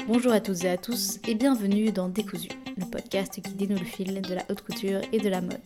Bonjour à toutes et à tous et bienvenue dans Décousu, le podcast qui dénoue le fil de la haute couture et de la mode.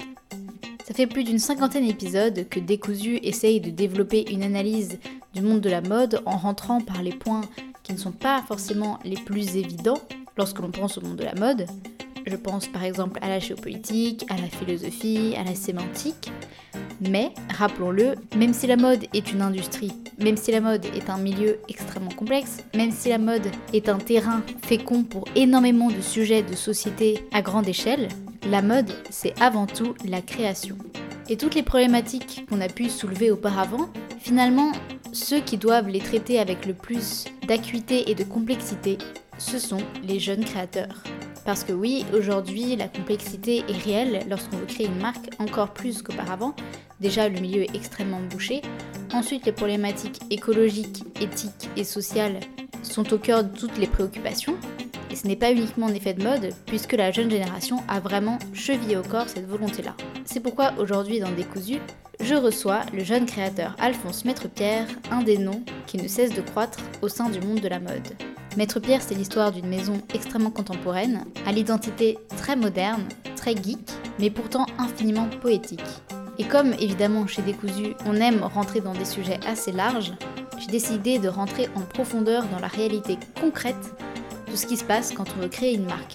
Ça fait plus d'une 50aine d'épisodes que Décousu essaye de développer une analyse du monde de la mode en rentrant par les points qui ne sont pas forcément les plus évidents lorsque l'on pense au monde de la mode. Je pense par exemple à la géopolitique, à la philosophie, à la sémantique. Mais, rappelons-le, même si la mode est une industrie, même si la mode est un milieu extrêmement complexe, même si la mode est un terrain fécond pour énormément de sujets de société à grande échelle, la mode, c'est avant tout la création. Et toutes les problématiques qu'on a pu soulever auparavant, finalement, ceux qui doivent les traiter avec le plus d'acuité et de complexité, ce sont les jeunes créateurs. Parce que oui, aujourd'hui, la complexité est réelle lorsqu'on veut créer une marque, encore plus qu'auparavant. Déjà, le milieu est extrêmement bouché. Ensuite, les problématiques écologiques, éthiques et sociales sont au cœur de toutes les préoccupations. Et ce n'est pas uniquement un effet de mode, puisque la jeune génération a vraiment chevillé au corps cette volonté-là. C'est pourquoi aujourd'hui dans Décousu, je reçois le jeune créateur Alphonse Maître-Pierre, un des noms qui ne cesse de croître au sein du monde de la mode. Maître-Pierre, c'est l'histoire d'une maison extrêmement contemporaine, à l'identité très moderne, très geek, mais pourtant infiniment poétique. Et comme évidemment chez Décousu, on aime rentrer dans des sujets assez larges, j'ai décidé de rentrer en profondeur dans la réalité concrète de ce qui se passe quand on veut créer une marque.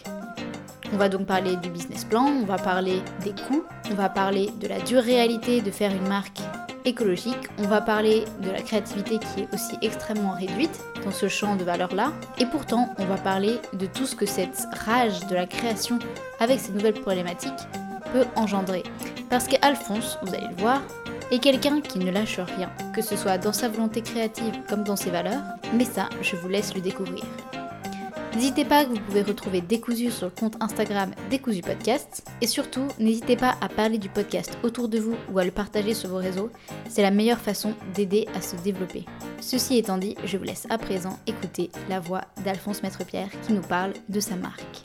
On va donc parler du business plan, on va parler des coûts, on va parler de la dure réalité de faire une marque écologique, on va parler de la créativité qui est aussi extrêmement réduite dans ce champ de valeurs-là, et pourtant on va parler de tout ce que cette rage de la création avec ces nouvelles problématiques peut engendrer. Parce qu'Alphonse, vous allez le voir, est quelqu'un qui ne lâche rien, que ce soit dans sa volonté créative comme dans ses valeurs, mais ça, je vous laisse le découvrir. N'hésitez pas que vous pouvez retrouver Décousu sur le compte Instagram Décousu Podcast. Et surtout, n'hésitez pas à parler du podcast autour de vous ou à le partager sur vos réseaux. C'est la meilleure façon d'aider à se développer. Ceci étant dit, je vous laisse à présent écouter la voix d'Alphonse Maître-Pierre qui nous parle de sa marque.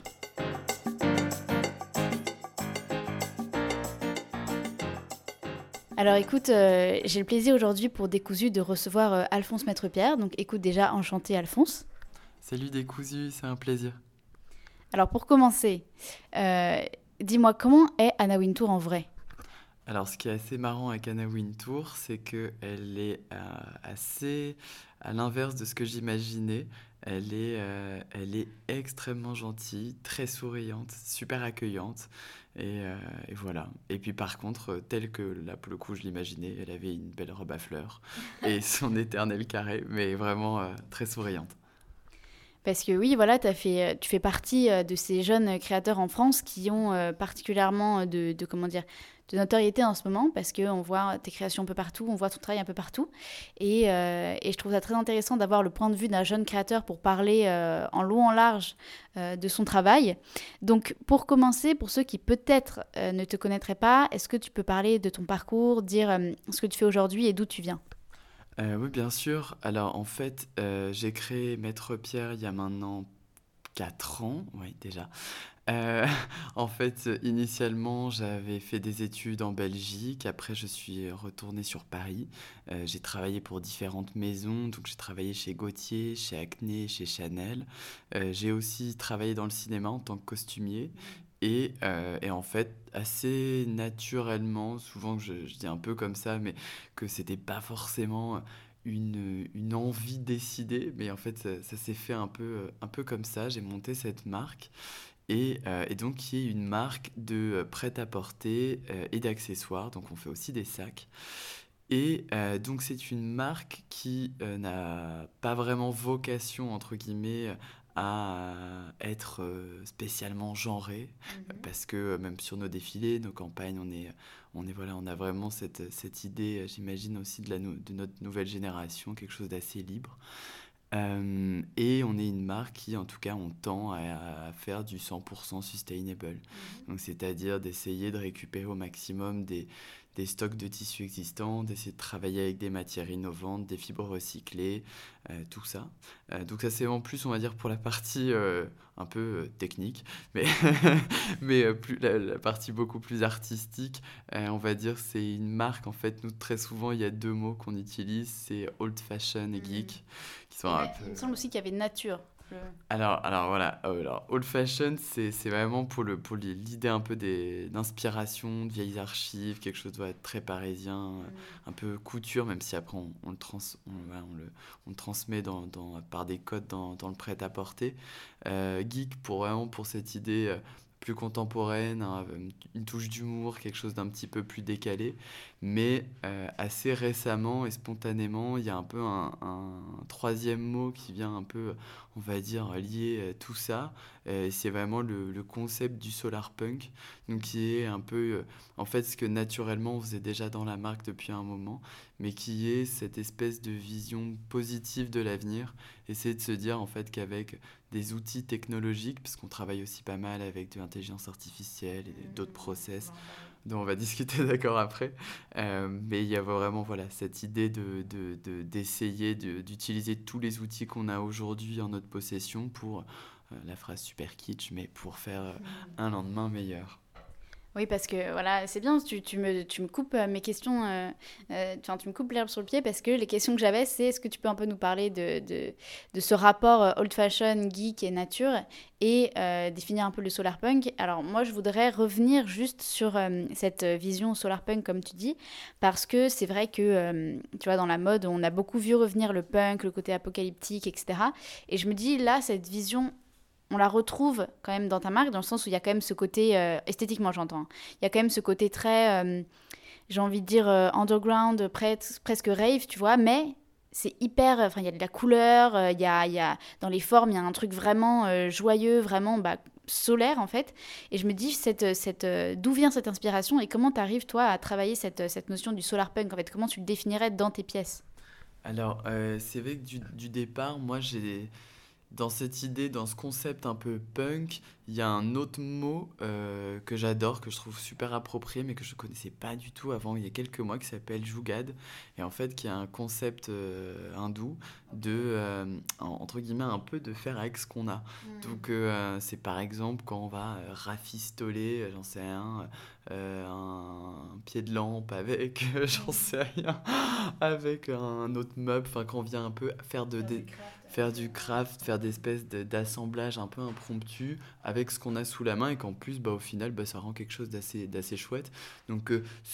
Alors écoute, j'ai le plaisir aujourd'hui pour Décousu de recevoir Alphonse Maître-Pierre. Donc écoute, déjà, enchanté Alphonse. Salut Décousu, c'est un plaisir. Alors pour commencer, dis-moi, comment est Anna Wintour en vrai ? Alors ce qui est assez marrant avec Anna Wintour, c'est qu'elle est assez à l'inverse de ce que j'imaginais. Elle est extrêmement gentille, très souriante, super accueillante. Et voilà. Et puis par contre, tel que là pour le coup je l'imaginais, elle avait une belle robe à fleurs et son éternel carré, mais vraiment très souriante. Parce que oui, voilà, tu fais partie de ces jeunes créateurs en France qui ont particulièrement de notoriété en ce moment, parce qu'on voit tes créations un peu partout, on voit ton travail un peu partout. Et je trouve ça très intéressant d'avoir le point de vue d'un jeune créateur pour parler en long, en large de son travail. Donc, pour commencer, pour ceux qui peut-être ne te connaîtraient pas, est-ce que tu peux parler de ton parcours, dire ce que tu fais aujourd'hui et d'où tu viens ? Oui, bien sûr. Alors, en fait, j'ai créé Maître-Pierre il y a maintenant 4 ans, oui, déjà. Euh, En fait, initialement, j'avais fait des études en Belgique. Après, je suis retourné sur Paris. J'ai travaillé pour différentes maisons. Donc, j'ai travaillé chez Gaultier, chez Acné, chez Chanel. J'ai aussi travaillé dans le cinéma en tant que costumier. Et en fait, assez naturellement, souvent je dis un peu comme ça, mais que c'était pas forcément une envie décidée, mais en fait, ça s'est fait un peu comme ça. J'ai monté cette marque. Et donc, qui est une marque de prêt-à-porter et d'accessoires. Donc, on fait aussi des sacs. Et donc, c'est une marque qui n'a pas vraiment vocation, entre guillemets, à être spécialement genrée. Parce que même sur nos défilés, nos campagnes, voilà, on a vraiment cette idée, j'imagine aussi, de notre nouvelle génération, quelque chose d'assez libre. Et on est une marque qui, en tout cas, on tend à faire du 100% sustainable. Donc, c'est-à-dire d'essayer de récupérer au maximum des stocks de tissus existants, d'essayer de travailler avec des matières innovantes, des fibres recyclées, tout ça. Donc ça c'est en plus, on va dire, pour la partie un peu technique, mais, mais la partie beaucoup plus artistique, on va dire, c'est une marque, en fait, nous très souvent il y a 2 mots qu'on utilise, c'est old fashion et geek, qui sont un peu... Il me semble aussi qu'il y avait nature. Alors voilà, alors old fashion, c'est vraiment pour l'idée un peu d'inspiration, de vieilles archives, quelque chose doit être très parisien, un peu couture, même si après voilà, on le transmet par des codes dans le prêt-à-porter. Geek vraiment pour cette idée plus contemporaine, hein, une touche d'humour, quelque chose d'un petit peu plus décalé. Mais assez récemment et spontanément, il y a un peu un troisième mot qui vient un peu, on va dire, lier tout ça. C'est vraiment le concept du solar punk, donc qui est un peu, en fait, ce que naturellement on faisait déjà dans la marque depuis un moment, mais qui est cette espèce de vision positive de l'avenir. Essayer de se dire en fait qu'avec des outils technologiques, parce qu'on travaille aussi pas mal avec de l'intelligence artificielle et d'autres process, dont on va discuter d'accord après. Mais il y a vraiment voilà, cette idée d'essayer d'utiliser tous les outils qu'on a aujourd'hui en notre possession pour, la phrase super kitsch, mais pour faire un lendemain meilleur. Oui, parce que voilà, c'est bien, tu me coupes mes questions, enfin, tu me coupes l'herbe sur le pied parce que les questions que j'avais, c'est est-ce que tu peux un peu nous parler de ce rapport old fashion, geek et nature et définir un peu le solar punk. Alors moi, je voudrais revenir juste sur cette vision solar punk, comme tu dis, parce que c'est vrai que, tu vois, dans la mode, on a beaucoup vu revenir le punk, le côté apocalyptique, etc. Et je me dis, là, cette vision on la retrouve quand même dans ta marque, dans le sens où il y a quand même ce côté, esthétiquement j'entends, hein. Il y a quand même ce côté très, j'ai envie de dire, underground, presque rave, tu vois, mais c'est hyper, enfin il y a de la couleur, dans les formes, il y a un truc vraiment joyeux, vraiment bah, solaire en fait. Et je me dis, d'où vient cette inspiration et comment tu arrives toi à travailler cette notion du solar punk en fait, comment tu le définirais dans tes pièces? Alors, c'est vrai que du départ, moi, dans cette idée, dans ce concept un peu punk, il y a un autre mot que j'adore, que je trouve super approprié, mais que je ne connaissais pas du tout avant il y a quelques mois, qui s'appelle Jugad, et en fait qui est un concept hindou entre guillemets, un peu de faire avec ce qu'on a. Donc c'est par exemple quand on va rafistoler, j'en sais rien, un pied de lampe avec, j'en sais rien, avec un autre meuble, enfin quand on vient un peu faire du craft, faire des espèces d'assemblage un peu impromptu avec ce qu'on a sous la main et qu'en plus, bah, au final, bah, ça rend quelque chose d'assez chouette. Donc,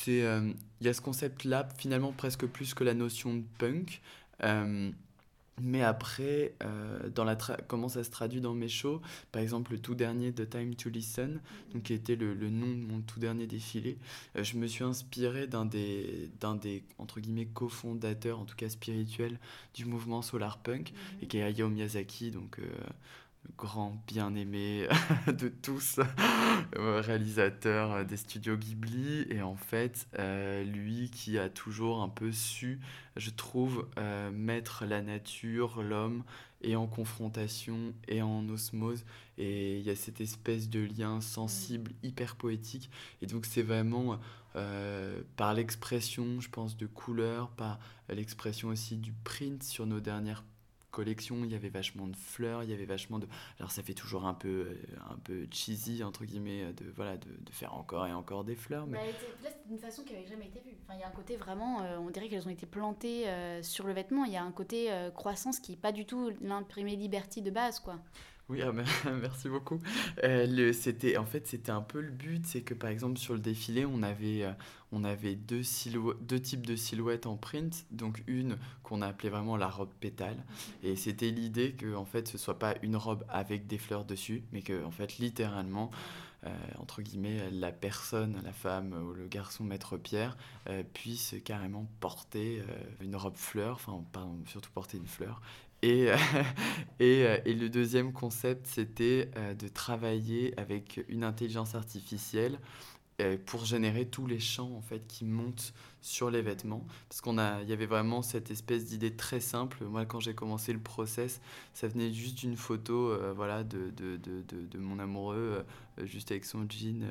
il y a ce concept-là, finalement, presque plus que la notion de punk. Euh, mais après, comment ça se traduit dans mes shows, par exemple le tout dernier de Time to Listen, donc qui était le nom de mon tout dernier défilé, je me suis inspiré d'un des entre guillemets cofondateurs, en tout cas spirituels, du mouvement Solar Punk, et qui est Hayao Miyazaki, donc le grand bien-aimé de tous, réalisateur des studios Ghibli, et en fait, lui qui a toujours un peu su, je trouve, mettre la nature, l'homme, et en confrontation et en osmose, et il y a cette espèce de lien sensible, hyper poétique, et donc c'est vraiment par l'expression, je pense, de couleurs, par l'expression aussi du print sur nos dernières collections, il y avait vachement de fleurs, il y avait vachement de... Alors ça fait toujours un peu cheesy, entre guillemets, voilà, de faire encore et encore des fleurs, Bah, mais là, c'est d'une façon qui n'avait jamais été vue. Enfin, il y a un côté vraiment, on dirait qu'elles ont été plantées sur le vêtement. Il y a un côté croissance qui n'est pas du tout l'imprimé Liberty de base, quoi. oui, merci beaucoup. En fait, c'était un peu le but, c'est que par exemple sur le défilé, on avait deux types de silhouettes en print, donc une qu'on a appelée vraiment la robe pétale, et c'était l'idée que en fait ce soit pas une robe avec des fleurs dessus, mais que en fait littéralement, entre guillemets, la personne, la femme ou le garçon maître Pierre puisse carrément porter une robe fleur, enfin pardon, surtout porter une fleur. Et, et le deuxième concept, c'était de travailler avec une intelligence artificielle pour générer tous les champs en fait qui montent sur les vêtements, parce il y avait vraiment cette espèce d'idée très simple. Moi, quand j'ai commencé le process, ça venait juste d'une photo, voilà, de mon amoureux, juste avec son jean.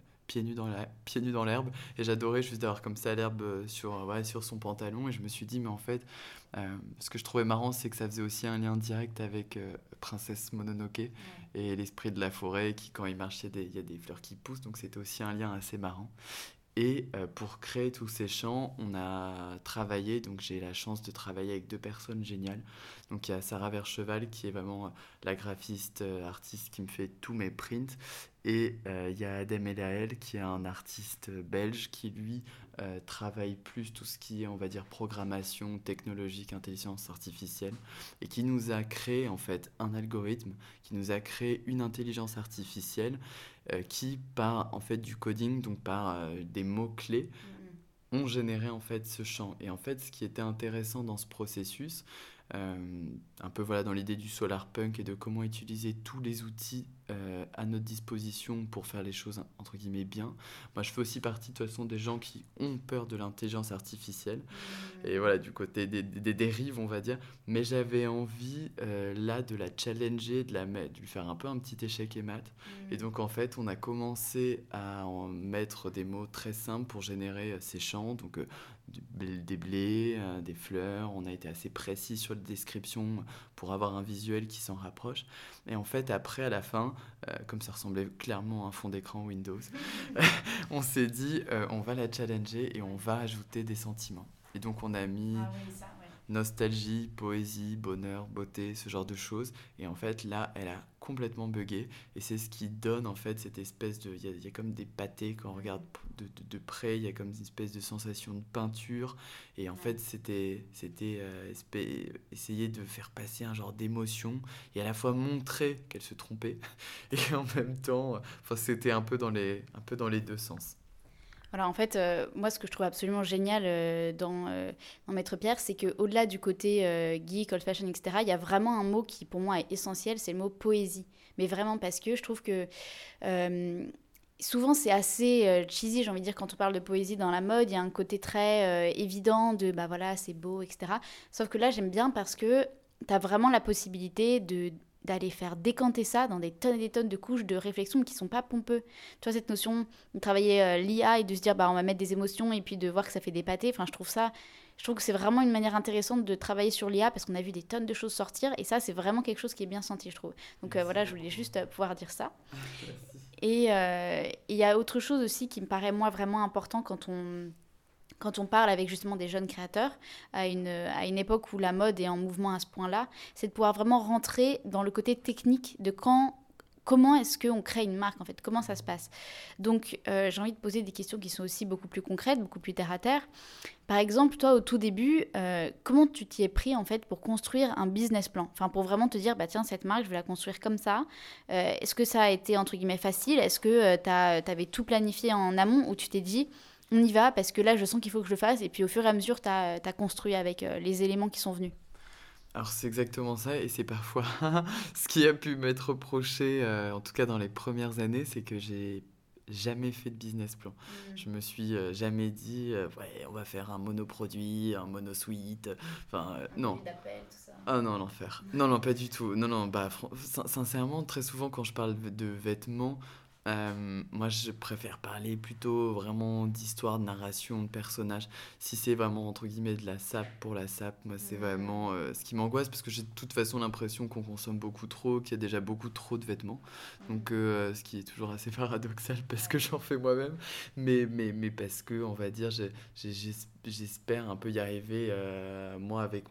Pieds nus dans l'herbe, et j'adorais juste d'avoir comme ça l'herbe sur son pantalon, et je me suis dit mais en fait ce que je trouvais marrant, c'est que ça faisait aussi un lien direct avec Princesse Mononoke, ouais, et l'esprit de la forêt qui, quand il marche, il y a des fleurs qui poussent, donc c'était aussi un lien assez marrant. Et pour créer tous ces chants, on a travaillé, donc j'ai la chance de travailler avec deux personnes géniales. Donc il y a Sarah Vercheval qui est vraiment la graphiste, artiste qui me fait tous mes prints. Et il y a Adem Elaël qui est un artiste belge qui lui travaille plus tout ce qui est, on va dire, programmation technologique, intelligence artificielle, et qui nous a créé en fait un algorithme, qui nous a créé une intelligence artificielle qui, par en fait du coding, donc par des mots-clés, ont généré en fait ce chant. Et en fait, ce qui était intéressant dans ce processus, un peu voilà dans l'idée du solar punk et de comment utiliser tous les outils à notre disposition pour faire les choses entre guillemets bien. Moi, je fais aussi partie de toute façon des gens qui ont peur de l'intelligence artificielle et voilà du côté des dérives, on va dire. Mais j'avais envie là de la challenger, de lui faire un peu un petit échec et mat. Et donc en fait, on a commencé à en mettre des mots très simples pour générer ces chants. Donc des blés, des fleurs. On a été assez précis sur les descriptions pour avoir un visuel qui s'en rapproche. Et en fait, après, à la fin, comme ça ressemblait clairement à un fond d'écran Windows, on s'est dit, on va la challenger et on va ajouter des sentiments. Et donc, on a mis nostalgie, poésie, bonheur, beauté, ce genre de choses. Et en fait, là, elle a complètement buggé. Et c'est ce qui donne, en fait, cette espèce de... Il y a comme des pâtés quand on regarde de près. Il y a comme une espèce de sensation de peinture. Et en fait, c'était essayer de faire passer un genre d'émotion. Et à la fois montrer qu'elle se trompait. Et en même temps, enfin, c'était un peu dans les deux sens. Voilà, en fait, moi, ce que je trouve absolument génial dans Maître Pierre, c'est qu'au-delà du côté geek, old fashion, etc., il y a vraiment un mot qui, pour moi, est essentiel, c'est le mot poésie. Mais vraiment parce que je trouve que souvent, c'est assez cheesy, j'ai envie de dire, quand on parle de poésie dans la mode, il y a un côté très évident de, bah voilà, c'est beau, etc. Sauf que là, j'aime bien parce que tu as vraiment la possibilité d'aller faire décanter ça dans des tonnes et des tonnes de couches de réflexion qui sont pas pompeux. Tu vois, cette notion de travailler l'IA et de se dire, bah, on va mettre des émotions et puis de voir que ça fait des pâtés, enfin, je trouve que c'est vraiment une manière intéressante de travailler sur l'IA parce qu'on a vu des tonnes de choses sortir et ça, c'est vraiment quelque chose qui est bien senti, je trouve. Donc voilà, je voulais juste pouvoir dire ça. Et il y a autre chose aussi qui me paraît, moi, vraiment important quand on parle avec justement des jeunes créateurs à une époque où la mode est en mouvement à ce point-là, c'est de pouvoir vraiment rentrer dans le côté technique de comment est-ce qu'on crée une marque en fait, comment ça se passe. Donc j'ai envie de poser des questions qui sont aussi beaucoup plus concrètes, beaucoup plus terre à terre. Par exemple, toi au tout début, comment tu t'y es pris en fait pour construire un business plan, enfin pour vraiment te dire bah tiens cette marque je vais la construire comme ça. Est-ce que ça a été entre guillemets facile? Est-ce que t'avais tout planifié en amont ou tu t'es dit on y va parce que là je sens qu'il faut que je le fasse et puis au fur et à mesure t'as construit avec les éléments qui sont venus. Alors c'est exactement ça et c'est parfois ce qui a pu m'être reproché, en tout cas dans les premières années, c'est que j'ai jamais fait de business plan. Je me suis jamais dit ouais on va faire un monoproduit, un monosuite, enfin non. D'appel, tout ça. Ah non l'enfer. Non non pas du tout. Non non bah sincèrement très souvent quand je parle de vêtements, moi je préfère parler plutôt vraiment d'histoire, de narration, de personnages. Si c'est vraiment entre guillemets de la sape pour la sape, moi c'est vraiment ce qui m'angoisse parce que j'ai de toute façon l'impression qu'on consomme beaucoup trop, qu'il y a déjà beaucoup trop de vêtements. Donc ce qui est toujours assez paradoxal parce que j'en fais moi-même, mais parce que on va dire j'espère un peu y arriver moi avec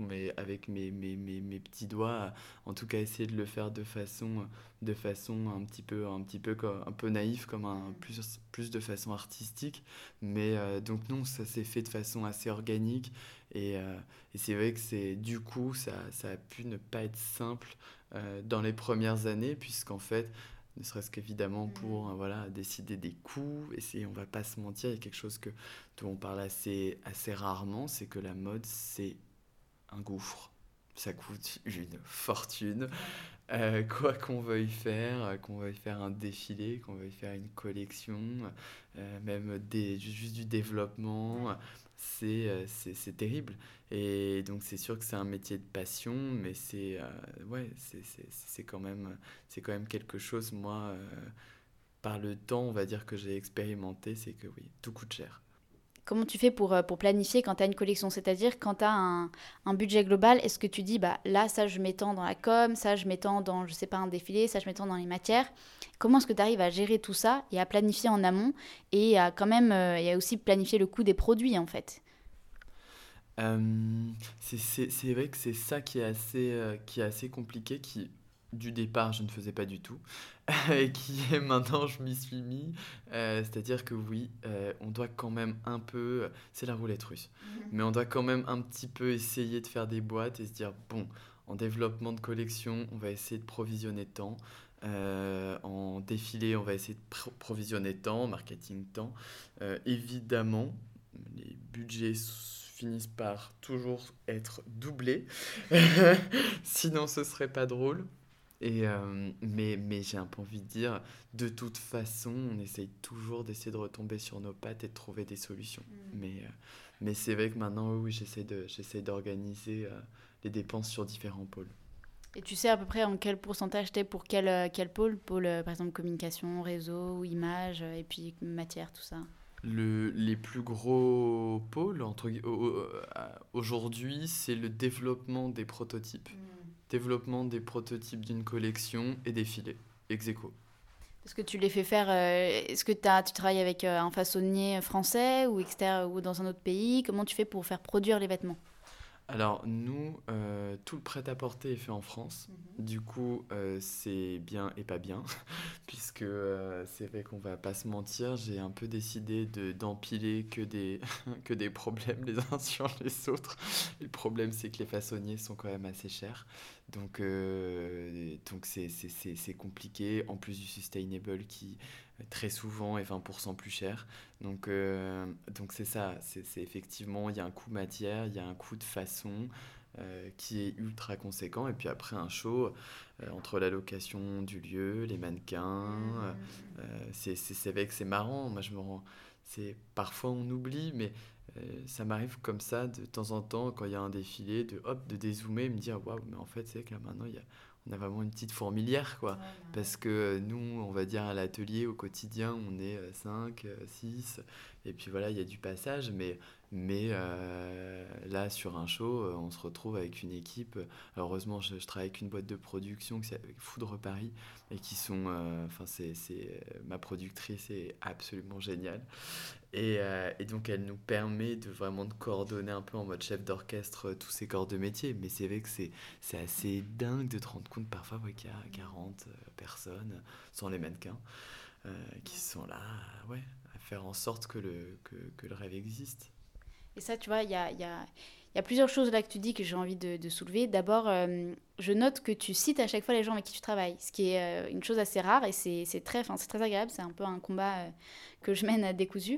mes petits doigts, en tout cas essayer de le faire de façon un peu naïf, comme plus de façon artistique. Mais donc non, ça s'est fait de façon assez organique. Et c'est vrai que du coup, ça a pu ne pas être simple dans les premières années, puisqu'en fait, ne serait-ce qu'évidemment pour voilà, décider des coûts. On va pas se mentir, il y a quelque chose dont on parle assez rarement, c'est que la mode, c'est un gouffre. Ça coûte une fortune. Quoi qu'on veuille faire, qu'on veuille faire un défilé, qu'on veuille faire une collection, même juste du développement, c'est terrible. Et donc c'est sûr que c'est un métier de passion, mais ouais, c'est quand même quelque chose, moi, par le temps, on va dire que j'ai expérimenté, c'est que oui, tout coûte cher. comment tu fais pour planifier quand tu as une collection? C'est-à-dire quand tu as un budget global, est-ce que tu dis, bah là, ça, je m'étends dans la com, ça, je m'étends dans, je sais pas, un défilé, ça, je m'étends dans les matières. Comment est-ce que tu arrives à gérer tout ça et à planifier en amont et à quand même, et à aussi planifier le coût des produits, en fait? C'est vrai que c'est ça qui est assez compliqué, qui du départ je ne faisais pas du tout, et qui est maintenant je m'y suis mis. C'est-à-dire que oui, on doit quand même un peu, c'est la roulette russe, mais on doit quand même un petit peu essayer de faire des boîtes et se dire, bon, en développement de collection, on va essayer de provisionner tant. En défilé, on va essayer de provisionner tant, marketing tant. Évidemment, les budgets finissent par toujours être doublés. Sinon, ce serait pas drôle. Mais j'ai un peu envie de dire, de toute façon, on essaye toujours d'essayer de retomber sur nos pattes et de trouver des solutions. Mais c'est vrai que maintenant, oui, j'essaie d'organiser les dépenses sur différents pôles. Et tu sais à peu près en quel pourcentage t'es pour quel pôle? Pôle, par exemple, communication, réseau, image, et puis matière, tout ça. Les plus gros pôles, aujourd'hui, c'est le développement des prototypes. Développement des prototypes d'une collection et défilé, ex aequo. Est-ce que tu les fais faire, est-ce que tu travailles avec un façonnier français ou externe ou dans un autre pays? Comment tu fais pour faire produire les vêtements? Alors nous, tout le prêt-à-porter est fait en France. Du coup, c'est bien et pas bien, puisque c'est vrai qu'on va pas se mentir, j'ai un peu décidé d'empiler que des problèmes les uns sur les autres. Et le problème, c'est que les façonniers sont quand même assez chers. Donc c'est compliqué, en plus du sustainable qui très souvent est 20% plus cher. Donc c'est ça, c'est effectivement, il y a un coût matière, il y a un coût de façon qui est ultra conséquent. Et puis après un show, entre la location du lieu, les mannequins, c'est vrai que c'est marrant. Moi je me rends, parfois on oublie, mais ça m'arrive comme ça de temps en temps quand il y a un défilé, de dézoomer et me dire waouh, mais en fait c'est que là maintenant on a vraiment une petite fourmilière quoi. Parce que nous, on va dire à l'atelier, au quotidien, on est 5, 6, et puis voilà, il y a du passage, mais là, sur un show, on se retrouve avec une équipe. Heureusement, je travaille avec une boîte de production qui s'appelle Foudre Paris, et qui sont. Enfin, ma productrice est absolument géniale. Et donc, elle nous permet de vraiment de coordonner un peu en mode chef d'orchestre tous ces corps de métier. Mais c'est vrai que c'est assez dingue de te rendre compte parfois ouais, qu'il y a 40 personnes, sans les mannequins, qui sont là ouais, à faire en sorte que le rêve existe. Et ça, tu vois, il y a plusieurs choses là que tu dis que j'ai envie de soulever. D'abord, je note que tu cites à chaque fois les gens avec qui tu travailles, ce qui est une chose assez rare et c'est très agréable. C'est un peu un combat que je mène à décousu.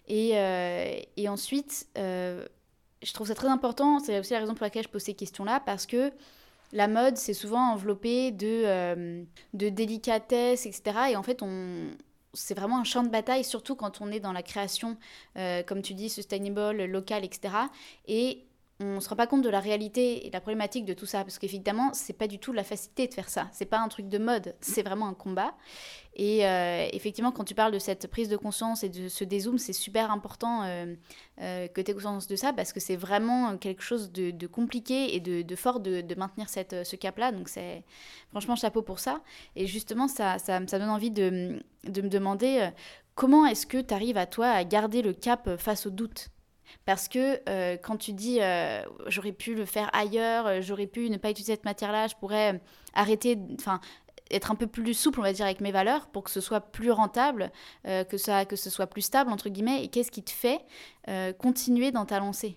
Et ensuite, je trouve ça très important. C'est aussi la raison pour laquelle je pose ces questions-là, parce que la mode, c'est souvent enveloppé de délicatesse, etc. Et en fait, c'est vraiment un champ de bataille, surtout quand on est dans la création, comme tu dis, sustainable, local, etc. Et on ne se rend pas compte de la réalité et de la problématique de tout ça, parce qu'évidemment, c'est pas du tout la facilité de faire ça. C'est pas un truc de mode, c'est vraiment un combat. Et effectivement, quand tu parles de cette prise de conscience et de ce dézoom, c'est super important que tu aies conscience de ça, parce que c'est vraiment quelque chose de compliqué et de fort de maintenir ce cap-là. Donc, c'est franchement chapeau pour ça. Et justement, ça donne envie de me demander comment est-ce que tu arrives à toi à garder le cap face au doute. Parce que quand tu dis j'aurais pu le faire ailleurs, j'aurais pu ne pas utiliser cette matière-là, je pourrais arrêter, enfin être un peu plus souple, on va dire, avec mes valeurs pour que ce soit plus rentable, que ce soit plus stable, entre guillemets. Et qu'est-ce qui te fait continuer dans ta lancée?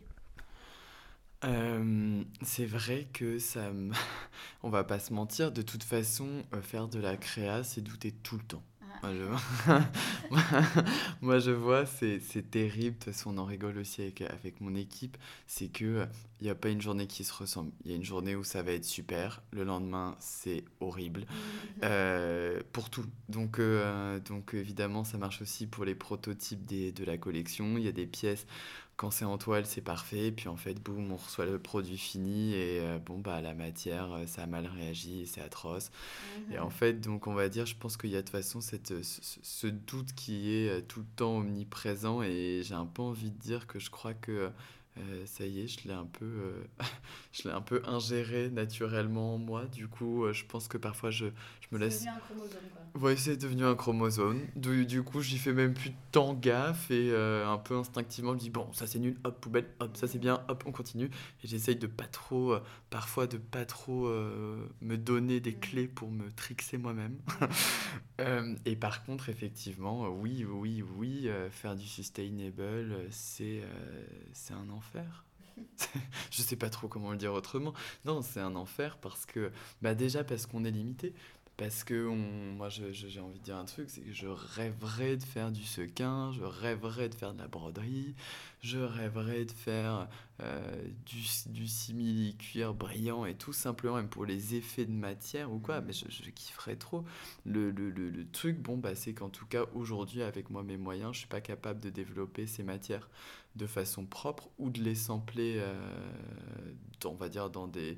C'est vrai que on va pas se mentir, de toute façon, faire de la créa, c'est douter tout le temps. Moi, Moi, moi, je vois, c'est terrible. De toute façon, on en rigole aussi avec mon équipe. C'est que il n'y a pas une journée qui se ressemble. Il y a une journée où ça va être super. Le lendemain, c'est horrible. Pour tout. Donc évidemment, ça marche aussi pour les prototypes de la collection. Il y a des pièces quand c'est en toile, c'est parfait. Puis en fait, boum, on reçoit le produit fini et bon, bah la matière, ça a mal réagi et c'est atroce. Et en Mhm. fait, donc on va dire, je pense qu'il y a de toute façon ce doute qui est tout le temps omniprésent et j'ai un peu envie de dire que je crois que ça y est, je l'ai un peu, je l'ai un peu ingéré naturellement en moi. Du coup, je pense que parfois je me C'est devenu laisse. un chromosome, quoi. Ouais, c'est devenu un chromosome. Du coup, j'y fais même plus tant gaffe et un peu instinctivement, je me dis bon, ça c'est nul, hop, poubelle, hop, ça c'est bien, hop, on continue. Et j'essaye de pas trop, parfois de pas trop me donner des Mhm. clés pour me trixer moi-même. Mhm. Et par contre, effectivement, oui, oui, oui, faire du sustainable, c'est un enfer. Je sais pas trop comment le dire autrement. Non, c'est un enfer parce que, bah déjà parce qu'on est limité. Parce que moi, j'ai envie de dire un truc, c'est que je rêverais de faire du sequin, je rêverais de faire de la broderie, je rêverais de faire du simili-cuir brillant et tout simplement, même pour les effets de matière ou quoi, mais Mhm. je kifferais trop. Le truc, bon, bah, c'est qu'en tout cas, aujourd'hui, avec moi, mes moyens, je suis pas capable de développer ces matières de façon propre ou de les sampler, on va dire,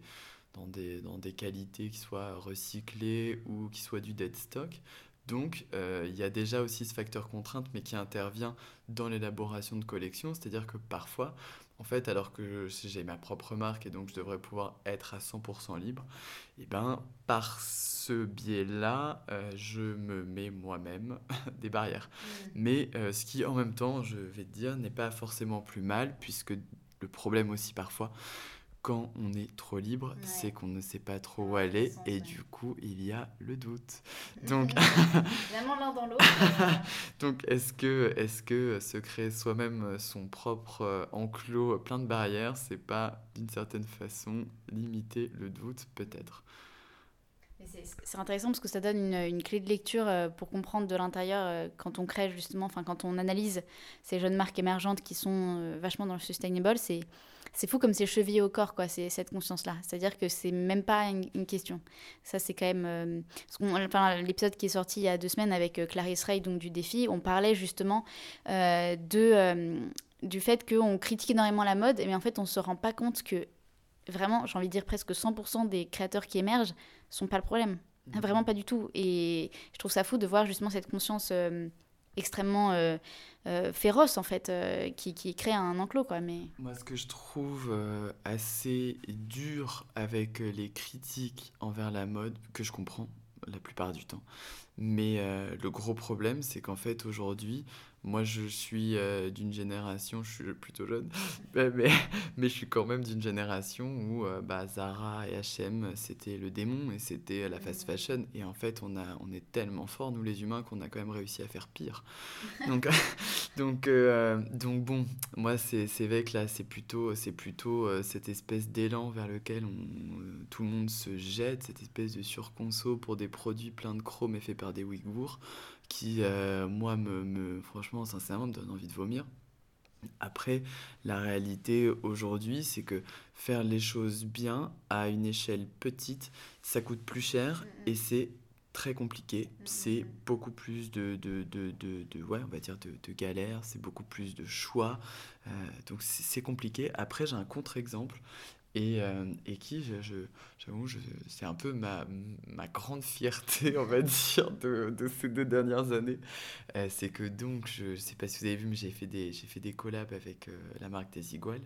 dans des qualités qui soient recyclées ou qui soient du dead stock. Donc, il y a déjà aussi ce facteur contrainte, mais qui intervient dans l'élaboration de collections. C'est-à-dire que parfois, en fait, alors que si j'ai ma propre marque et donc je devrais pouvoir être à 100% libre, et ben, par ce biais-là, je me mets moi-même des barrières. Mhm. Mais ce qui, en même temps, je vais te dire, n'est pas forcément plus mal, puisque le problème aussi parfois, quand on est trop libre, c'est Ouais, qu'on ne sait pas trop ça où va dans les aller sens, et ouais. du coup, il y a le doute. Donc, Finalement, l'un dans l'autre. donc est-ce que se créer soi-même son propre enclos plein de barrières, c'est pas d'une certaine façon limiter le doute, peut-être? Mais c'est intéressant parce que ça donne une clé de lecture pour comprendre de l'intérieur quand on crée justement, enfin quand on analyse ces jeunes marques émergentes qui sont vachement dans le sustainable, c'est fou comme c'est chevillé au corps quoi, c'est cette conscience-là. C'est-à-dire que c'est même pas une question. Ça c'est quand même, enfin l'épisode qui est sorti il y a 2 semaines avec Clarisse Ray donc du défi, on parlait justement du fait qu'on critique énormément la mode, mais en fait on se rend pas compte que vraiment, j'ai envie de dire presque 100% des créateurs qui émergent sont pas le problème. Vraiment Mhm. pas du tout. Et je trouve ça fou de voir justement cette conscience extrêmement féroce en fait, qui crée un enclos quoi. Mais Moi, ce que je trouve assez dur avec les critiques envers la mode, que je comprends la plupart du temps, mais le gros problème, c'est qu'en fait, aujourd'hui, moi, je suis d'une génération, je suis plutôt jeune, mais je suis quand même d'une génération où bah, Zara et H&M, c'était le démon et c'était la fast fashion. Et en fait, on est tellement forts, nous les humains, qu'on a quand même réussi à faire pire. Donc, donc bon, moi, c'est vrai que là, c'est plutôt cette espèce d'élan vers lequel tout le monde se jette, cette espèce de surconso pour des produits pleins de chrome et faits par des Ouïghours, qui, moi, franchement, sincèrement, me donne envie de vomir. Après, la réalité aujourd'hui, c'est que faire les choses bien à une échelle petite, ça coûte plus cher et c'est très compliqué. C'est beaucoup plus ouais, on va dire de galères, c'est beaucoup plus de choix. Donc c'est compliqué. Après, j'ai un contre-exemple et qui, j'avoue, c'est un peu ma grande fierté, on va dire, de ces 2 dernières années. C'est que donc, je sais pas si vous avez vu, mais j'ai fait des collabs avec la marque Desigual.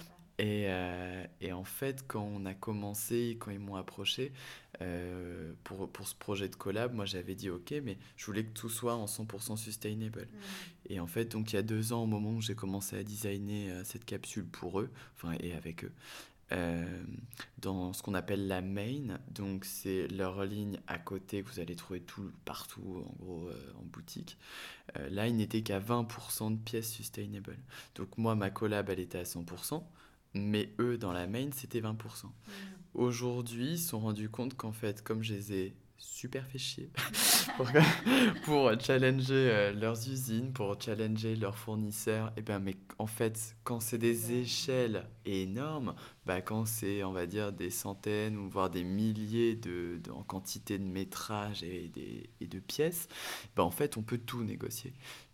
Et en fait, quand on a commencé, quand ils m'ont approché pour ce projet de collab, moi j'avais dit ok, mais je voulais que tout soit en 100% sustainable. Et en fait, donc il y a 2 ans, au moment où j'ai commencé à designer cette capsule pour eux, enfin et avec eux, euh, dans ce qu'on appelle la main. Donc c'est leur ligne à côté que vous allez trouver tout partout en gros en boutique. Là, il n'était qu'à 20% de pièces sustainable. Donc moi, ma collab, elle était à 100%, mais eux, dans la main, c'était 20%. Aujourd'hui, ils se sont rendus compte qu'en fait, comme je les ai super fait chier pour, pour challenger leurs usines, pour challenger leurs fournisseurs, et ben, mais en fait, quand c'est des échelles énormes, bah, quand c'est, on va dire, des centaines ou voire des milliers en quantité de métrages et de pièces, bah, en fait, on peut tout négocier.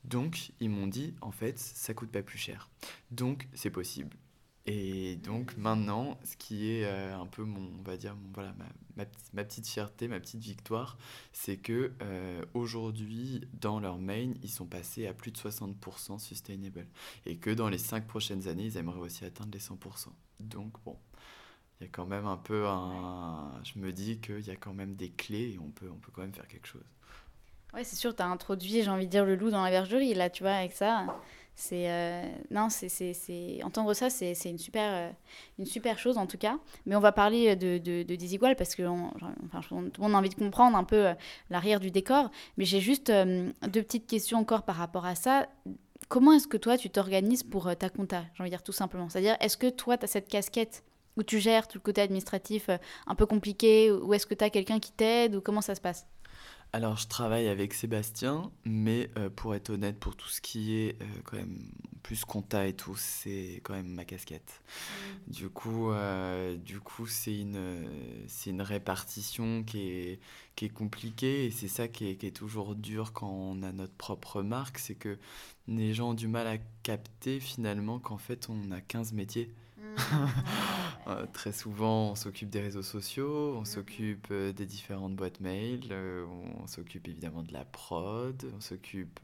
Donc, ils m'ont dit, en fait, ça coûte pas plus cher. Donc, c'est possible. Et donc, maintenant, ce qui est un peu on va dire, voilà, ma petite fierté, ma petite victoire, c'est que aujourd'hui, dans leur main, ils sont passés à plus de 60% sustainable. Et que dans les 5 prochaines années, ils aimeraient aussi atteindre les 100%. Donc, bon, il y a quand même un peu je me dis qu'il y a quand même des clés et on peut quand même faire quelque chose. Ouais, c'est sûr, tu as introduit, j'ai envie de dire, le loup dans la bergerie, là, tu vois, avec ça. Non, entendre ça, c'est une super chose, en tout cas. Mais on va parler de Desigual, parce que tout le monde a envie de comprendre un peu l'arrière du décor. Mais j'ai juste deux petites questions encore par rapport à ça. Comment est-ce que toi, tu t'organises pour ta compta, j'ai envie de dire tout simplement? C'est-à-dire, est-ce que toi, tu as cette casquette où tu gères tout le côté administratif un peu compliqué, ou est-ce que tu as quelqu'un qui t'aide, ou comment ça se passe? Alors, je travaille avec Sébastien, mais pour être honnête, pour tout ce qui est quand même plus compta et tout, c'est quand même ma casquette. Du coup, c'est une répartition qui est compliquée et c'est ça qui est toujours dur quand on a notre propre marque, c'est que les gens ont du mal à capter finalement qu'en fait on a 15 métiers. Très souvent, on s'occupe des réseaux sociaux, on s'occupe des différentes boîtes mail, on s'occupe évidemment de la prod, on s'occupe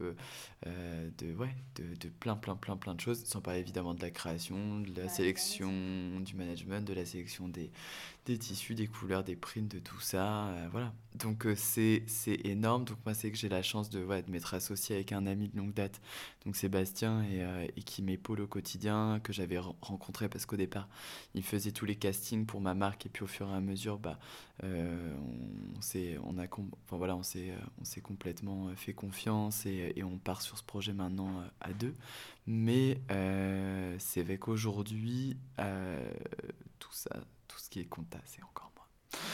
de plein, plein, plein, plein de choses, sans parler évidemment de la création, de la sélection, du management, de la sélection des tissus, des couleurs, des prints, de tout ça. Voilà. Donc c'est énorme. Donc moi, c'est que j'ai la chance de m'être associé avec un ami de longue date, donc Sébastien, et qui m'épaule au quotidien, que j'avais rencontré parce qu'au départ, il faisait tous les castings pour ma marque et puis au fur et à mesure, on s'est, on a, enfin, voilà, on s'est complètement fait confiance et on part sur ce projet maintenant à deux. Mais c'est vrai qu'aujourd'hui, tout ça, tout ce qui est compta, c'est encore moi.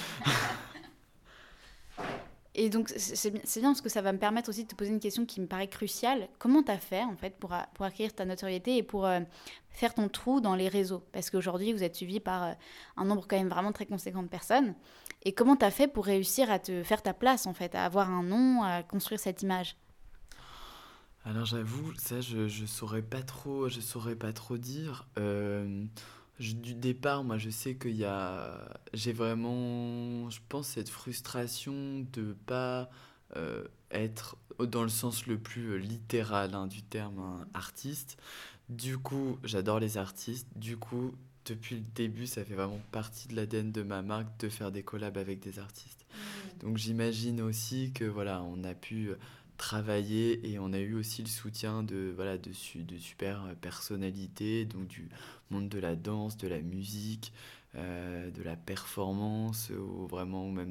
Et donc, c'est bien parce que ça va me permettre aussi de te poser une question qui me paraît cruciale. Comment tu as fait, en fait, pour acquérir ta notoriété et pour faire ton trou dans les réseaux? Parce qu'aujourd'hui, vous êtes suivi par un nombre quand même vraiment très conséquent de personnes. Et comment tu as fait pour réussir à te faire ta place, en fait, à avoir un nom, à construire cette image? Alors j'avoue, ça je saurais pas trop dire. Du départ, moi je sais j'ai vraiment, je pense, cette frustration de pas être dans le sens le plus littéral du terme, artiste. Du coup, j'adore les artistes. Du coup, depuis le début, ça fait vraiment partie de l'ADN de ma marque de faire des collabs avec des artistes. Donc j'imagine aussi que voilà, on a pu travailler et on a eu aussi le soutien de super personnalités, donc du monde de la danse, de la musique, de la performance, ou même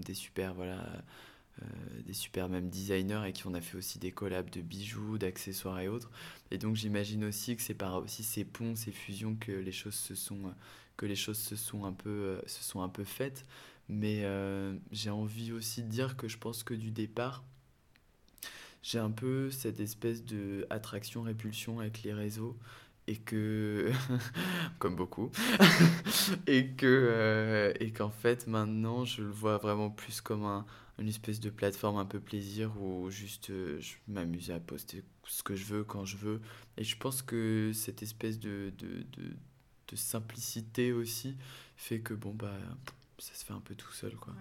des super même designers avec qui on a fait aussi des collabs de bijoux, d'accessoires et autres. Et donc j'imagine aussi que c'est par aussi ces ponts, ces fusions que les choses se sont un peu faites. Mais j'ai envie aussi de dire que je pense que du départ, j'ai un peu cette espèce de attraction-répulsion avec les réseaux et que, comme beaucoup, et qu'en fait maintenant je le vois vraiment plus comme une espèce de plateforme un peu plaisir où juste je m'amuse à poster ce que je veux quand je veux. Et je pense que cette espèce de simplicité aussi fait que bon bah ça se fait un peu tout seul quoi.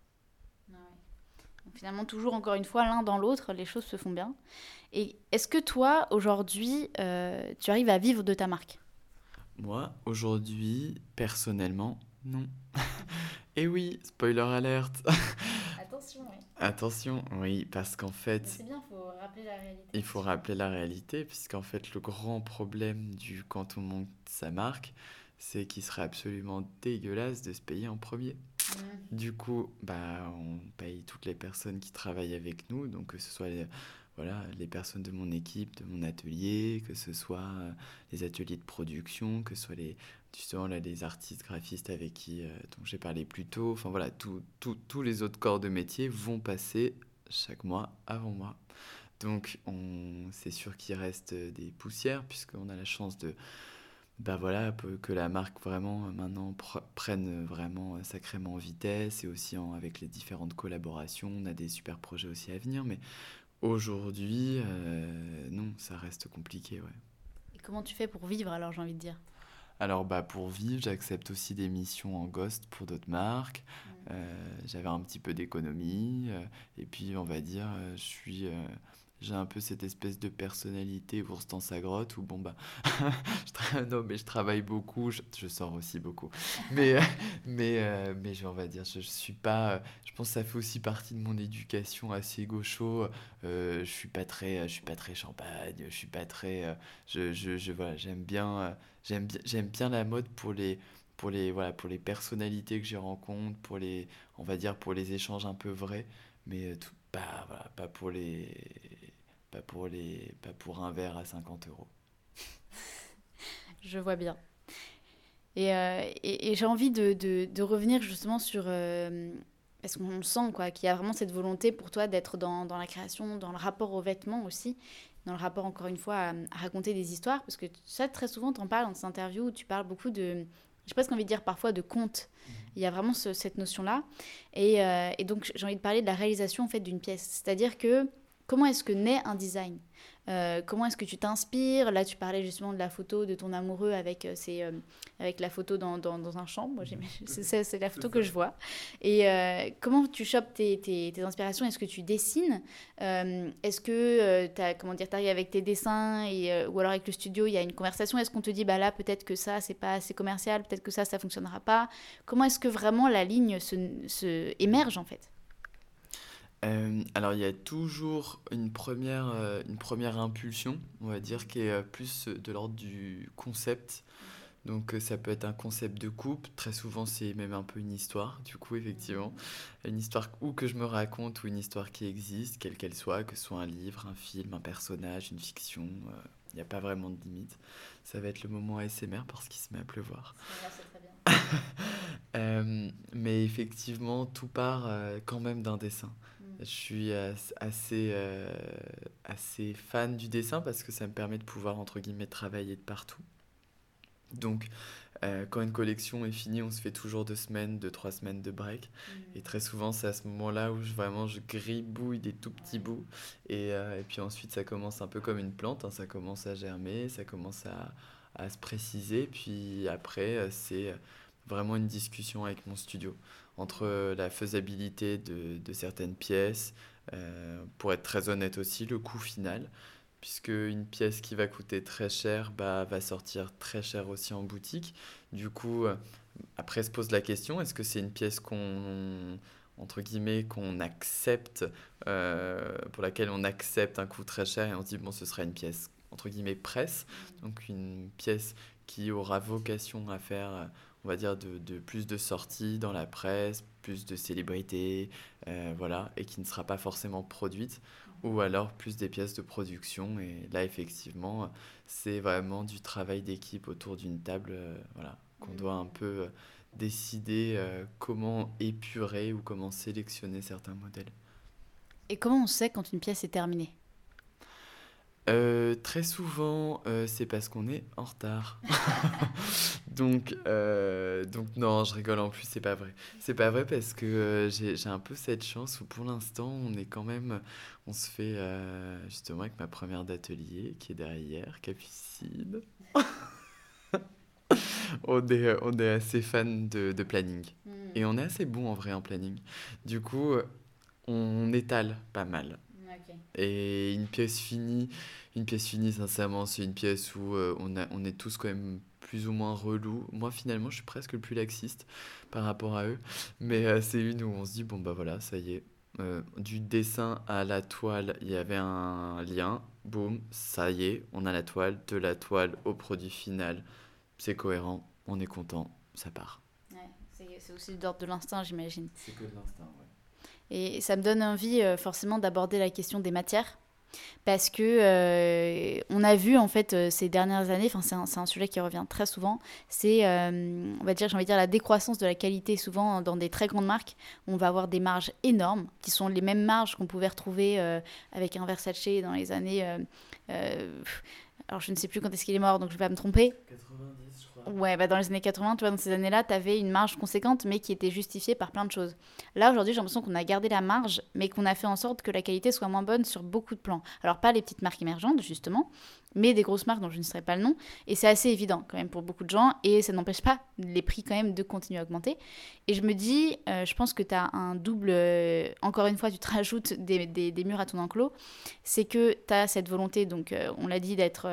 Donc, finalement, toujours encore une fois, l'un dans l'autre, les choses se font bien. Et est-ce que toi, aujourd'hui, tu arrives à vivre de ta marque? Moi, aujourd'hui, personnellement, non. Et oui, spoiler alerte. Attention, oui. Attention, oui, parce qu'en Mais fait, c'est bien, il faut rappeler la réalité il faut aussi. rappeler la réalité, puisqu'en fait, le grand problème quand on monte sa marque, c'est qu'il serait absolument dégueulasse de se payer en premier. Du coup, bah, on paye toutes les personnes qui travaillent avec nous, donc que ce soit les personnes de mon équipe, de mon atelier, que ce soit les ateliers de production, que ce soit justement là, les artistes graphistes avec qui dont j'ai parlé plus tôt. Enfin voilà, tous les autres corps de métier vont passer chaque mois avant moi. Donc c'est sûr qu'il reste des poussières puisqu'on a la chance de bah voilà, que la marque vraiment maintenant prenne vraiment sacrément en vitesse et aussi avec les différentes collaborations, on a des super projets aussi à venir, mais Aujourd'hui, non, ça reste compliqué, ouais. Et comment tu fais pour vivre alors, j'ai envie de dire? Alors, bah, pour vivre, j'accepte aussi des missions en ghost pour d'autres marques. J'avais un petit peu d'économie. Et puis, on va dire, j'ai un peu cette espèce de personnalité ours dans sa grotte où, bon, bah, non, mais je travaille beaucoup, je sors aussi beaucoup. Mais, on va dire, je suis pas. Je pense que ça fait aussi partie de mon éducation assez gaucho. Je suis pas très champagne, je suis pas très. Voilà, j'aime bien la mode voilà, pour les personnalités que j'y rencontre, on va dire, pour les échanges un peu vrais, mais pas, voilà, pas pour un verre à 50 euros. Je vois bien. Et j'ai envie de revenir justement sur... parce qu'on sent quoi, qu'il y a vraiment cette volonté pour toi d'être dans la création, dans le rapport aux vêtements aussi, dans le rapport encore une fois à raconter des histoires, parce que ça très souvent t'en parles dans ces interviews où tu parles beaucoup de... J'ai presque envie de dire parfois de conte. Il y a vraiment cette notion-là. Et donc j'ai envie de parler de la réalisation en fait d'une pièce. C'est-à-dire que comment est-ce que naît un design? Comment est-ce que tu t'inspires? Là, tu parlais justement de la photo de ton amoureux avec la photo dans un champ. Moi, c'est la photo que je vois. Et comment tu chopes tes inspirations? Est-ce que tu dessines? Est-ce que t'arrives avec tes dessins ou alors avec le studio, il y a une conversation? Est-ce qu'on te dit, bah là, peut-être que ça, c'est pas assez commercial, peut-être que ça fonctionnera pas? Comment est-ce que vraiment la ligne se émerge en fait? Alors, il y a toujours une première impulsion, on va dire, qui est plus de l'ordre du concept. Donc, ça peut être un concept de coupe. Très souvent, c'est même un peu une histoire, du coup, effectivement. Une histoire ou que je me raconte ou une histoire qui existe, quelle qu'elle soit, que ce soit un livre, un film, un personnage, une fiction. Il n'y a pas vraiment de limite. Ça va être le moment ASMR parce qu'il se met à pleuvoir. Là, c'est très bien. Mais effectivement, tout part quand même d'un dessin. Mm. Je suis assez fan du dessin parce que ça me permet de pouvoir, entre guillemets, travailler de partout. Donc, quand une collection est finie, on se fait toujours 2 semaines, 3 semaines de break. Et très souvent, c'est à ce moment-là où vraiment je gribouille des tout petits bouts. Et puis ensuite, ça commence un peu comme une plante, hein, ça commence à germer, ça commence à se préciser. Puis après, c'est vraiment une discussion avec mon studio entre la faisabilité de certaines pièces, pour être très honnête aussi, le coût final, puisque une pièce qui va coûter très cher bah, va sortir très cher aussi en boutique. Du coup, après se pose la question, est-ce que c'est une pièce entre guillemets, qu'on accepte, pour laquelle on accepte un coût très cher et on se dit, bon, ce sera une pièce, entre guillemets, presse, donc une pièce qui aura vocation à faire, on va dire, de plus de sorties dans la presse, plus de célébrités, voilà, et qui ne sera pas forcément produite, ou alors plus des pièces de production. Et là, effectivement, c'est vraiment du travail d'équipe autour d'une table, voilà, qu'on doit un peu décider comment épurer ou comment sélectionner certains modèles. Et comment on sait quand une pièce est terminée? Très souvent, c'est parce qu'on est en retard. Donc non, je rigole, en plus, c'est pas vrai. C'est pas vrai parce que j'ai un peu cette chance où pour l'instant, on se fait justement avec ma première d'atelier qui est derrière, Capucine. On est assez fan de planning. Et on est assez bon en vrai en planning. Du coup, on étale pas mal. Ok. Et une pièce finie, sincèrement, c'est une pièce où on est tous quand même plus ou moins relous. Moi, finalement, je suis presque le plus laxiste par rapport à eux. Mais c'est une où on se dit, bon, bah voilà, ça y est. Du dessin à la toile, il y avait un lien. Boum, ça y est, on a la toile. De la toile au produit final, c'est cohérent, on est content, ça part. Ouais, c'est aussi d'ordre de l'instinct, j'imagine. C'est que de l'instinct, ouais. Et ça me donne envie forcément d'aborder la question des matières. Parce que on a vu en fait ces dernières années, enfin c'est un sujet qui revient très souvent, c'est on va dire, j'ai envie de dire la décroissance de la qualité. Souvent dans des très grandes marques, on va avoir des marges énormes, qui sont les mêmes marges qu'on pouvait retrouver avec un Versace dans les années... alors je ne sais plus quand est-ce qu'il est mort, donc je ne vais pas me tromper. 90, je crois. Ouais, bah dans les années 80, tu vois, dans ces années-là, tu avais une marge conséquente, mais qui était justifiée par plein de choses. Là, aujourd'hui, j'ai l'impression qu'on a gardé la marge, mais qu'on a fait en sorte que la qualité soit moins bonne sur beaucoup de plans. Alors, pas les petites marques émergentes, justement, mais des grosses marques dont je ne saurais pas le nom. Et c'est assez évident, quand même, pour beaucoup de gens, et ça n'empêche pas les prix, quand même, de continuer à augmenter. Et je me dis, je pense que tu as un double... encore une fois, tu te rajoutes des murs à ton enclos. C'est que tu as cette volonté, donc, on l'a dit,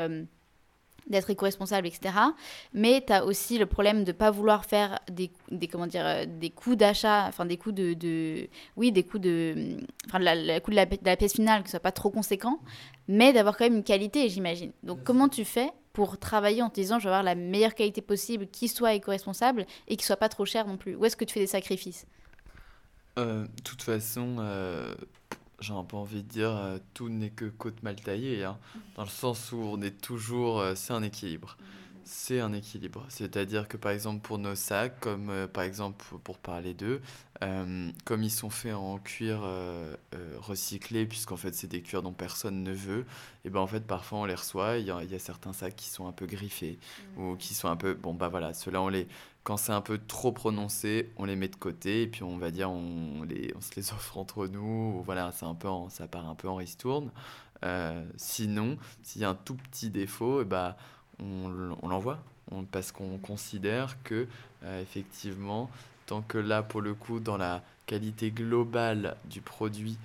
d'être éco-responsable, etc. Mais tu as aussi le problème de ne pas vouloir faire comment dire, des coûts d'achat, enfin des coûts oui, des coûts enfin le coût de la pièce finale, que ce soit pas trop conséquent, mais d'avoir quand même une qualité, j'imagine. Donc comment tu fais pour travailler en te disant, je vais avoir la meilleure qualité possible, qui soit éco-responsable et qui soit pas trop cher non plus? Où est-ce que tu fais des sacrifices? De toute façon, j'ai un peu envie de dire, tout n'est que côte mal taillée, hein, dans le sens où on est toujours, c'est un équilibre. C'est un équilibre. C'est-à-dire que par exemple pour nos sacs, comme par exemple pour parler d'eux, comme ils sont faits en cuir recyclé, puisqu'en fait c'est des cuirs dont personne ne veut, et ben en fait parfois on les reçoit, il y a certains sacs qui sont un peu griffés, ou qui sont un peu, bon bah voilà, ceux-là quand c'est un peu trop prononcé, on les met de côté, et puis on va dire on se les offre entre nous, ou voilà, ça part un peu en ristourne. Sinon, s'il y a un tout petit défaut, et bah on l'envoie parce qu'on considère que effectivement, tant que là pour le coup dans la qualité globale du produit,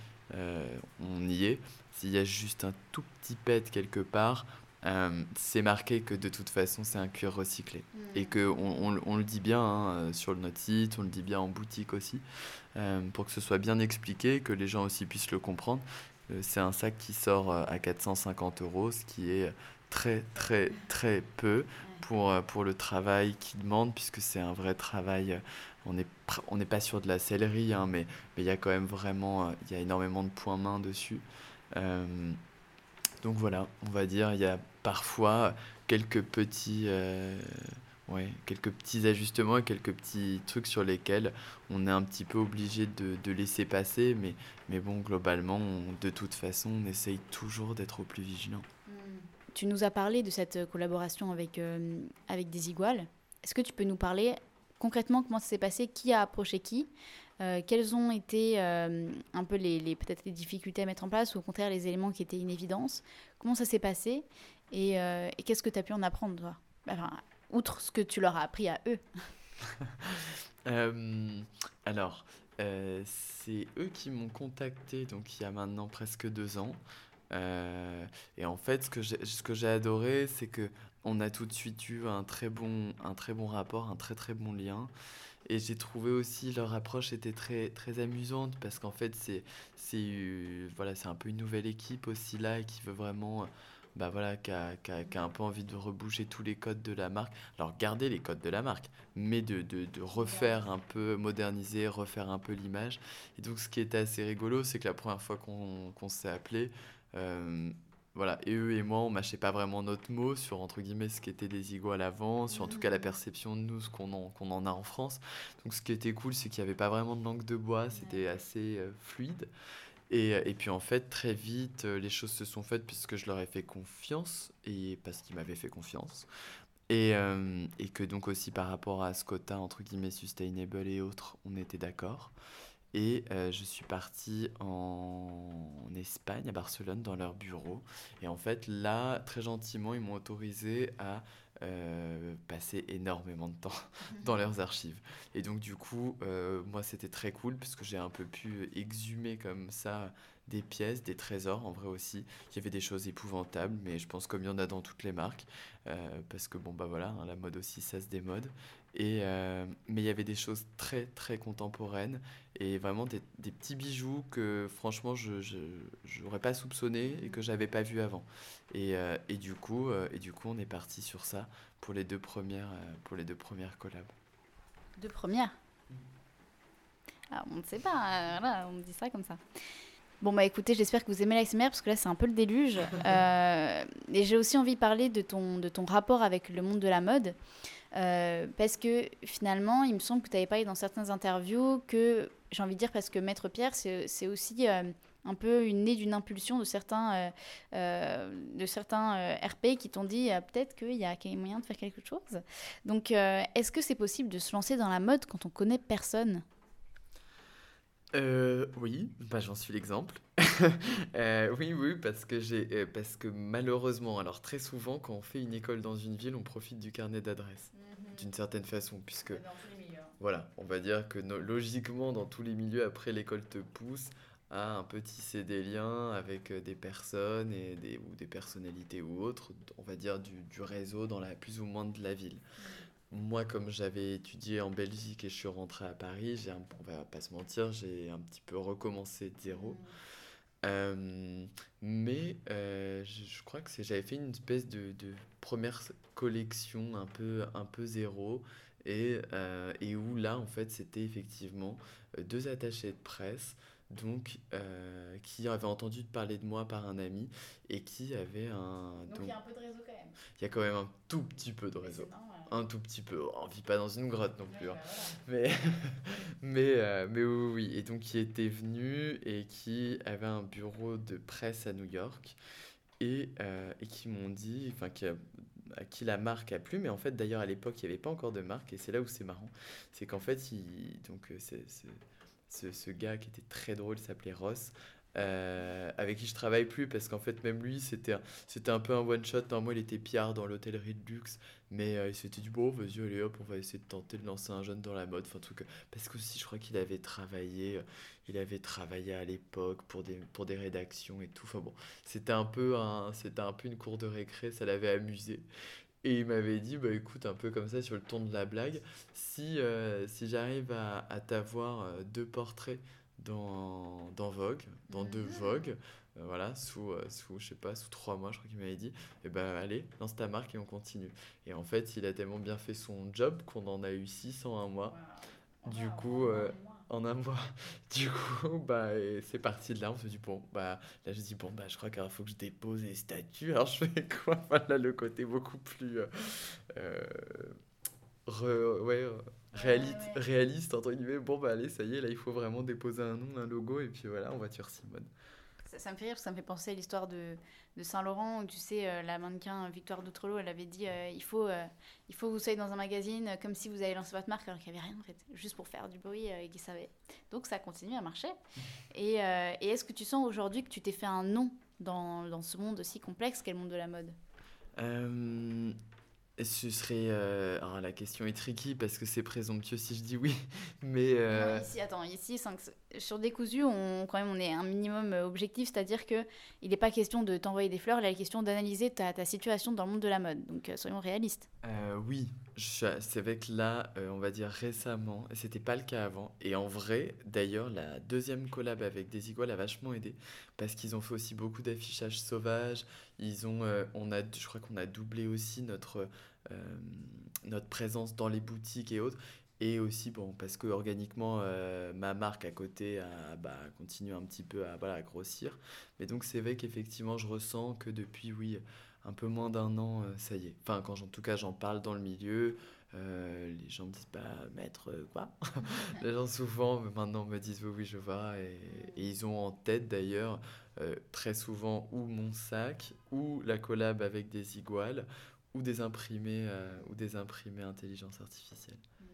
on y est. S'il y a juste un tout petit pet quelque part, c'est marqué que de toute façon c'est un cuir recyclé et que on le dit bien, hein, sur notre site, on le dit bien en boutique aussi, pour que ce soit bien expliqué, que les gens aussi puissent le comprendre. C'est un sac qui sort à 450 €, ce qui est très très très peu pour le travail qu'il demande, puisque c'est un vrai travail. On n'est pas sur de la sellerie, hein, mais il y a quand même vraiment, il y a énormément de points main dessus. Euh, donc voilà, on va dire, il y a parfois quelques petits, ouais, quelques petits ajustements et quelques petits trucs sur lesquels on est un petit peu obligé de laisser passer, mais bon, globalement, de toute façon, on essaye toujours d'être au plus vigilant. Tu nous as parlé de cette collaboration avec Desigual. Est-ce que tu peux nous parler concrètement comment ça s'est passé? Qui a approché qui? Quelles ont été un peu peut-être les difficultés à mettre en place ou au contraire les éléments qui étaient une évidence? Comment ça s'est passé? Et qu'est-ce que tu as pu en apprendre, toi? Enfin, outre ce que tu leur as appris à eux. Euh, alors, c'est eux qui m'ont contacté, donc il y a maintenant presque 2 ans. Et en fait, ce que j'ai adoré, c'est que on a tout de suite eu un très bon rapport, un très très bon lien. Et j'ai trouvé aussi leur approche était très très amusante parce qu'en fait voilà, c'est un peu une nouvelle équipe aussi là et qui veut vraiment, bah voilà, qui a un peu envie de rebouger tous les codes de la marque. Alors garder les codes de la marque, mais de refaire un peu, moderniser, refaire un peu l'image. Et donc ce qui était assez rigolo, c'est que la première fois qu'on s'est appelé, euh, voilà, et eux et moi, on mâchait pas vraiment notre mot sur, entre guillemets, ce qu'étaient les iguales avant, sur en tout cas la perception de nous, ce qu'on en a en France. Donc ce qui était cool, c'est qu'il n'y avait pas vraiment de langue de bois, c'était assez fluide. Et puis en fait, très vite, les choses se sont faites puisque je leur ai fait confiance, et parce qu'ils m'avaient fait confiance. Et que donc aussi par rapport à ce quota, entre guillemets, sustainable et autres, on était d'accord. Et je suis parti en Espagne, à Barcelone, dans leur bureau. Et en fait, là, très gentiment, ils m'ont autorisé à passer énormément de temps dans leurs archives. Et donc, du coup, moi, c'était très cool, parce que j'ai un peu pu exhumer comme ça des pièces, des trésors, en vrai aussi. Il y avait des choses épouvantables, mais je pense comme il y en a dans toutes les marques. Parce que, bon, bah voilà, hein, la mode aussi, ça se démode. Mais il y avait des choses très, très contemporaines et vraiment des petits bijoux que franchement je n'aurais pas soupçonné et que j'avais pas vu avant. Et du coup, on est parti sur ça pour les deux premières collabs. Deux premières. Ah, on ne sait pas, voilà, on dit ça comme ça. Bon, bah écoutez, j'espère que vous aimez l'ASMR parce que là, c'est un peu le déluge. Et j'ai aussi envie de parler de ton rapport avec le monde de la mode. Parce que finalement, il me semble que tu avais parlé dans certaines interviews que, j'ai envie de dire, parce que Maître Pierre, c'est aussi un peu née d'une impulsion de certains RP qui t'ont dit peut-être qu'il y a moyen de faire quelque chose. Donc, est-ce que c'est possible de se lancer dans la mode quand on connaît personne? Oui, bah, j'en suis l'exemple. Oui, oui, parce que malheureusement, alors très souvent, quand on fait une école dans une ville, on profite du carnet d'adresses, d'une certaine façon, puisque Dans tous les milieux. voilà, on va dire que logiquement, dans tous les milieux, après, l'école te pousse à un peu tisser des liens avec des personnes ou des personnalités ou autres, on va dire du réseau dans la plus ou moins de la ville. Moi, comme j'avais étudié en Belgique et je suis rentré à Paris, on va pas se mentir, j'ai un petit peu recommencé de zéro. Euh, je crois que j'avais fait une espèce de première collection un peu zéro et où là, en fait, c'était effectivement deux attachés de presse qui avaient entendu parler de moi par un ami et qui avaient Donc, il y a un peu de réseau quand même. il y a quand même un tout petit peu de Mais réseau. c'est normal. Un tout petit peu. On vit pas dans une grotte non Ouais, plus, hein. bah voilà. Mais, mais oui, oui. Et donc, qui était venu et qui avait un bureau de presse à New York et qui m'ont dit, à qui la marque a plu. Mais en fait, d'ailleurs, à l'époque, il n'y avait pas encore de marque. Et c'est là où c'est marrant. C'est qu'en fait, ce gars qui était très drôle s'appelait Ross. Avec qui je travaille plus parce qu'en fait même lui c'était un peu un one shot. Normalement il était PR dans l'hôtellerie de luxe mais il s'était dit bon vas-y allez hop on va essayer de tenter de lancer un jeune dans la mode enfin truc parce que aussi je crois il avait travaillé à l'époque pour des rédactions et tout enfin bon c'était un peu une cour de récré, ça l'avait amusé et il m'avait dit bah écoute un peu comme ça sur le ton de la blague si j'arrive à t'avoir deux portraits dans Vogue, dans deux Vogue, voilà, je sais pas, sous 3 mois, je crois qu'il m'avait dit, et ben allez, lance ta marque et on continue. Et en fait, il a tellement bien fait son job qu'on en a eu 6 en un mois. Du coup, en un mois, du coup, bah, et c'est parti de là. On se dit, bon, bah, là, je dis, bon, bah, je crois qu'il faut que je dépose les statuts. Alors, je fais quoi? Voilà, le côté beaucoup plus euh, ouais, Ouais. réaliste, entre guillemets. Bon, bah, allez, ça y est, là, il faut vraiment déposer un nom, un logo, et puis voilà, on va sur Simone. Ça me fait rire, parce que ça me fait penser à l'histoire de Saint-Laurent, où tu sais, la mannequin Victoire Doutrelot, elle avait dit il faut que vous soyez dans un magazine comme si vous avez lancé votre marque, alors qu'il n'y avait rien en fait, juste pour faire du bruit et qu'ils savaient. Donc ça continue à marcher. Et est-ce que tu sens aujourd'hui que tu t'es fait un nom dans ce monde aussi complexe qu'est le monde de la mode? Euh, Ce serait. Alors la question est tricky parce que c'est présomptueux si je dis oui. Mais. Non, ici, attends, ici, sur Décousu, quand même, on est un minimum objectif, c'est-à-dire que il n'est pas question de t'envoyer des fleurs, il est question d'analyser ta situation dans le monde de la mode. Donc, soyons réalistes. Oui, c'est vrai que là, on va dire récemment, et c'était pas le cas avant. Et en vrai, d'ailleurs, la deuxième collab avec Desigual a vachement aidé parce qu'ils ont fait aussi beaucoup d'affichage sauvage. Je crois qu'on a doublé aussi euh, notre présence dans les boutiques et autres. Et aussi, bon, parce que organiquement, ma marque à côté continue un petit peu voilà, à grossir. Mais donc, c'est vrai qu'effectivement, je ressens que depuis, oui, un peu moins d'un an, ça y est. Enfin, en tout cas, j'en parle dans le milieu. Les gens me disent, bah, maître, quoi? Les gens souvent, maintenant, me disent, oui, oui, je vois. Et ils ont en tête, d'ailleurs, très souvent, ou mon sac, ou la collab avec des iguales, ou des imprimés intelligence artificielle.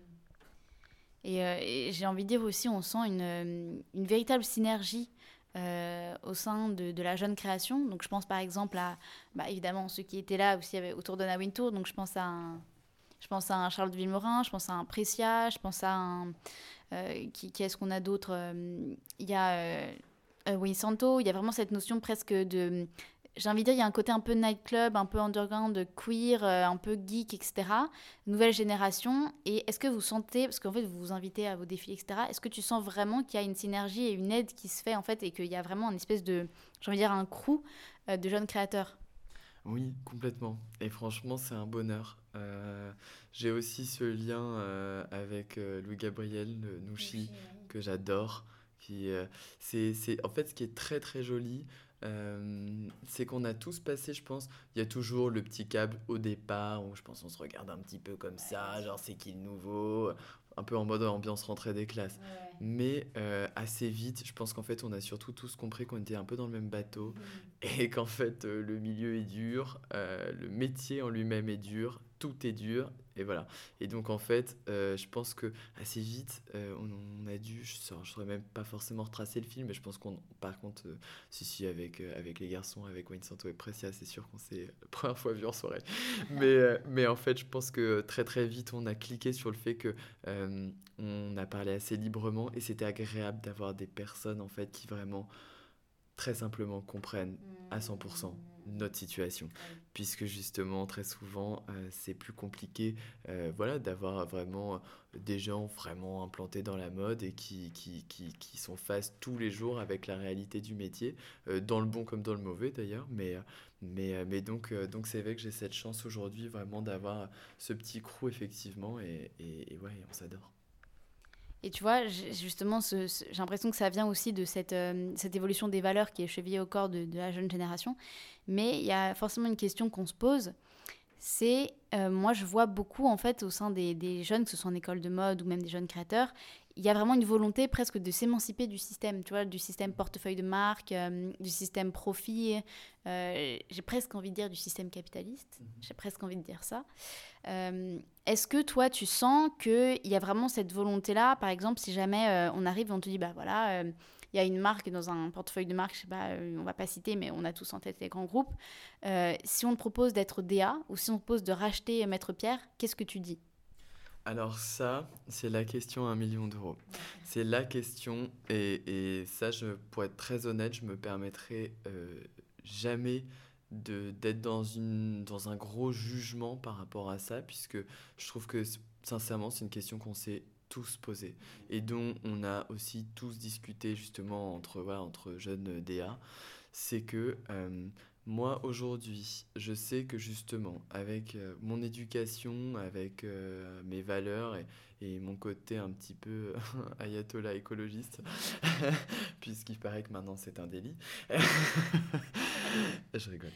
Et j'ai envie de dire aussi, on sent une véritable synergie au sein de la jeune création. Donc, je pense par exemple à, bah, évidemment, ceux qui étaient là aussi autour d'Anna Wintour. Donc, je pense à un Charles de Villemorin, je pense à un Précia, je pense à un. Qui est-ce qu'on a d'autre Il y a Winnie Santo, il y a vraiment cette notion presque de. J'ai envie de dire, il y a un côté un peu nightclub, un peu underground, queer, un peu geek, etc. Nouvelle génération. Et est-ce que vous sentez, parce qu'en fait vous vous invitez à vos défilés, etc. Est-ce que tu sens vraiment qu'il y a une synergie et une aide qui se fait en fait et qu'il y a vraiment une espèce de, j'ai envie de dire, un crew de jeunes créateurs? Oui, complètement. Et franchement, c'est un bonheur. J'ai aussi ce lien avec Louis-Gabriel Nouchi que j'adore. En fait, ce qui est très très joli, c'est qu'on a tous passé, je pense, il y a toujours le petit câble au départ où je pense on se regarde un petit peu comme ça, genre c'est qui le nouveau? un peu en mode ambiance rentrée des classes. Ouais. Mais assez vite, je pense qu'en fait, on a surtout tous compris qu'on était un peu dans le même bateau et qu'en fait, le milieu est dur, le métier en lui-même est dur, tout est dur, et voilà. Et donc, en fait, je pense que assez vite, on a dû, je ne saurais même pas forcément retracer le film, mais je pense par contre, si, avec les garçons, avec Wayne Santo et Precia, c'est sûr qu'on s'est la première fois vu en soirée. Mais en fait, je pense que très très vite, on a cliqué sur le fait que on a parlé assez librement et c'était agréable d'avoir des personnes en fait qui vraiment très simplement comprennent à 100% notre situation. Ouais. Puisque justement, très souvent, c'est plus compliqué voilà, d'avoir vraiment des gens vraiment implantés dans la mode et qui sont face tous les jours avec la réalité du métier, dans le bon comme dans le mauvais d'ailleurs. Mais donc c'est vrai que j'ai cette chance aujourd'hui vraiment d'avoir ce petit crew effectivement et ouais, on s'adore. Et tu vois, justement, j'ai l'impression que ça vient aussi de cette évolution des valeurs qui est chevillée au corps de la jeune génération. Mais il y a forcément une question qu'on se pose, c'est, moi je vois beaucoup en fait au sein des jeunes, que ce soit en école de mode ou même des jeunes créateurs, il y a vraiment une volonté presque de s'émanciper du système, tu vois, du système portefeuille de marque, du système profit, j'ai presque envie de dire du système capitaliste, j'ai presque envie de dire ça. Est-ce que toi tu sens qu'il y a vraiment cette volonté-là, par exemple si jamais on arrive et on te dit, bah voilà, il y a une marque dans un portefeuille de marque, je sais pas, on va pas citer, mais on a tous en tête les grands groupes. Si on te propose d'être DA ou si on te propose de racheter Maître Pierre, qu'est-ce que tu dis? Alors ça, c'est la question à 1 million d'euros. C'est la question, et ça, pour être très honnête, je me permettrai jamais d'être dans un gros jugement par rapport à ça, puisque je trouve que sincèrement, c'est une question qu'on s'est tous posée et dont on a aussi tous discuté justement voilà, entre jeunes DA. C'est que moi aujourd'hui, je sais que justement avec mon éducation, avec mes valeurs et mon côté un petit peu ayatollah écologiste, puisqu'il paraît que maintenant c'est un délit. Je rigole.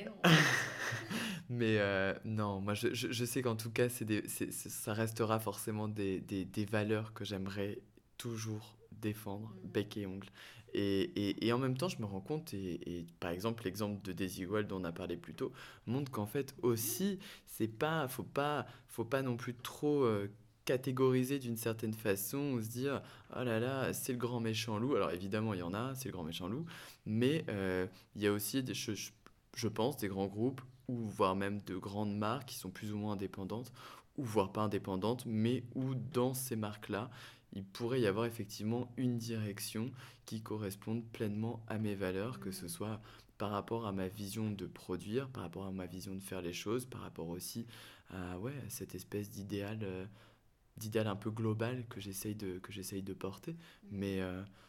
Mais non, moi je sais qu'en tout cas, ça restera forcément des valeurs que j'aimerais toujours défendre, bec et ongle. Et en même temps, je me rends compte, et par exemple, l'exemple de Daisy Wild dont on a parlé plus tôt, montre qu'en fait aussi, faut pas non plus trop catégoriser d'une certaine façon ou se dire, oh là là, c'est le grand méchant loup. Alors évidemment, il y en a, c'est le grand méchant loup, mais il y a aussi je pense, des grands groupes ou voire même de grandes marques qui sont plus ou moins indépendantes, ou voire pas indépendantes, mais où dans ces marques-là, il pourrait y avoir effectivement une direction qui corresponde pleinement à mes valeurs, que ce soit par rapport à ma vision de produire, par rapport à ma vision de faire les choses, par rapport aussi à, ouais, à cette espèce d'idéal un peu global que j'essaye de porter. Mais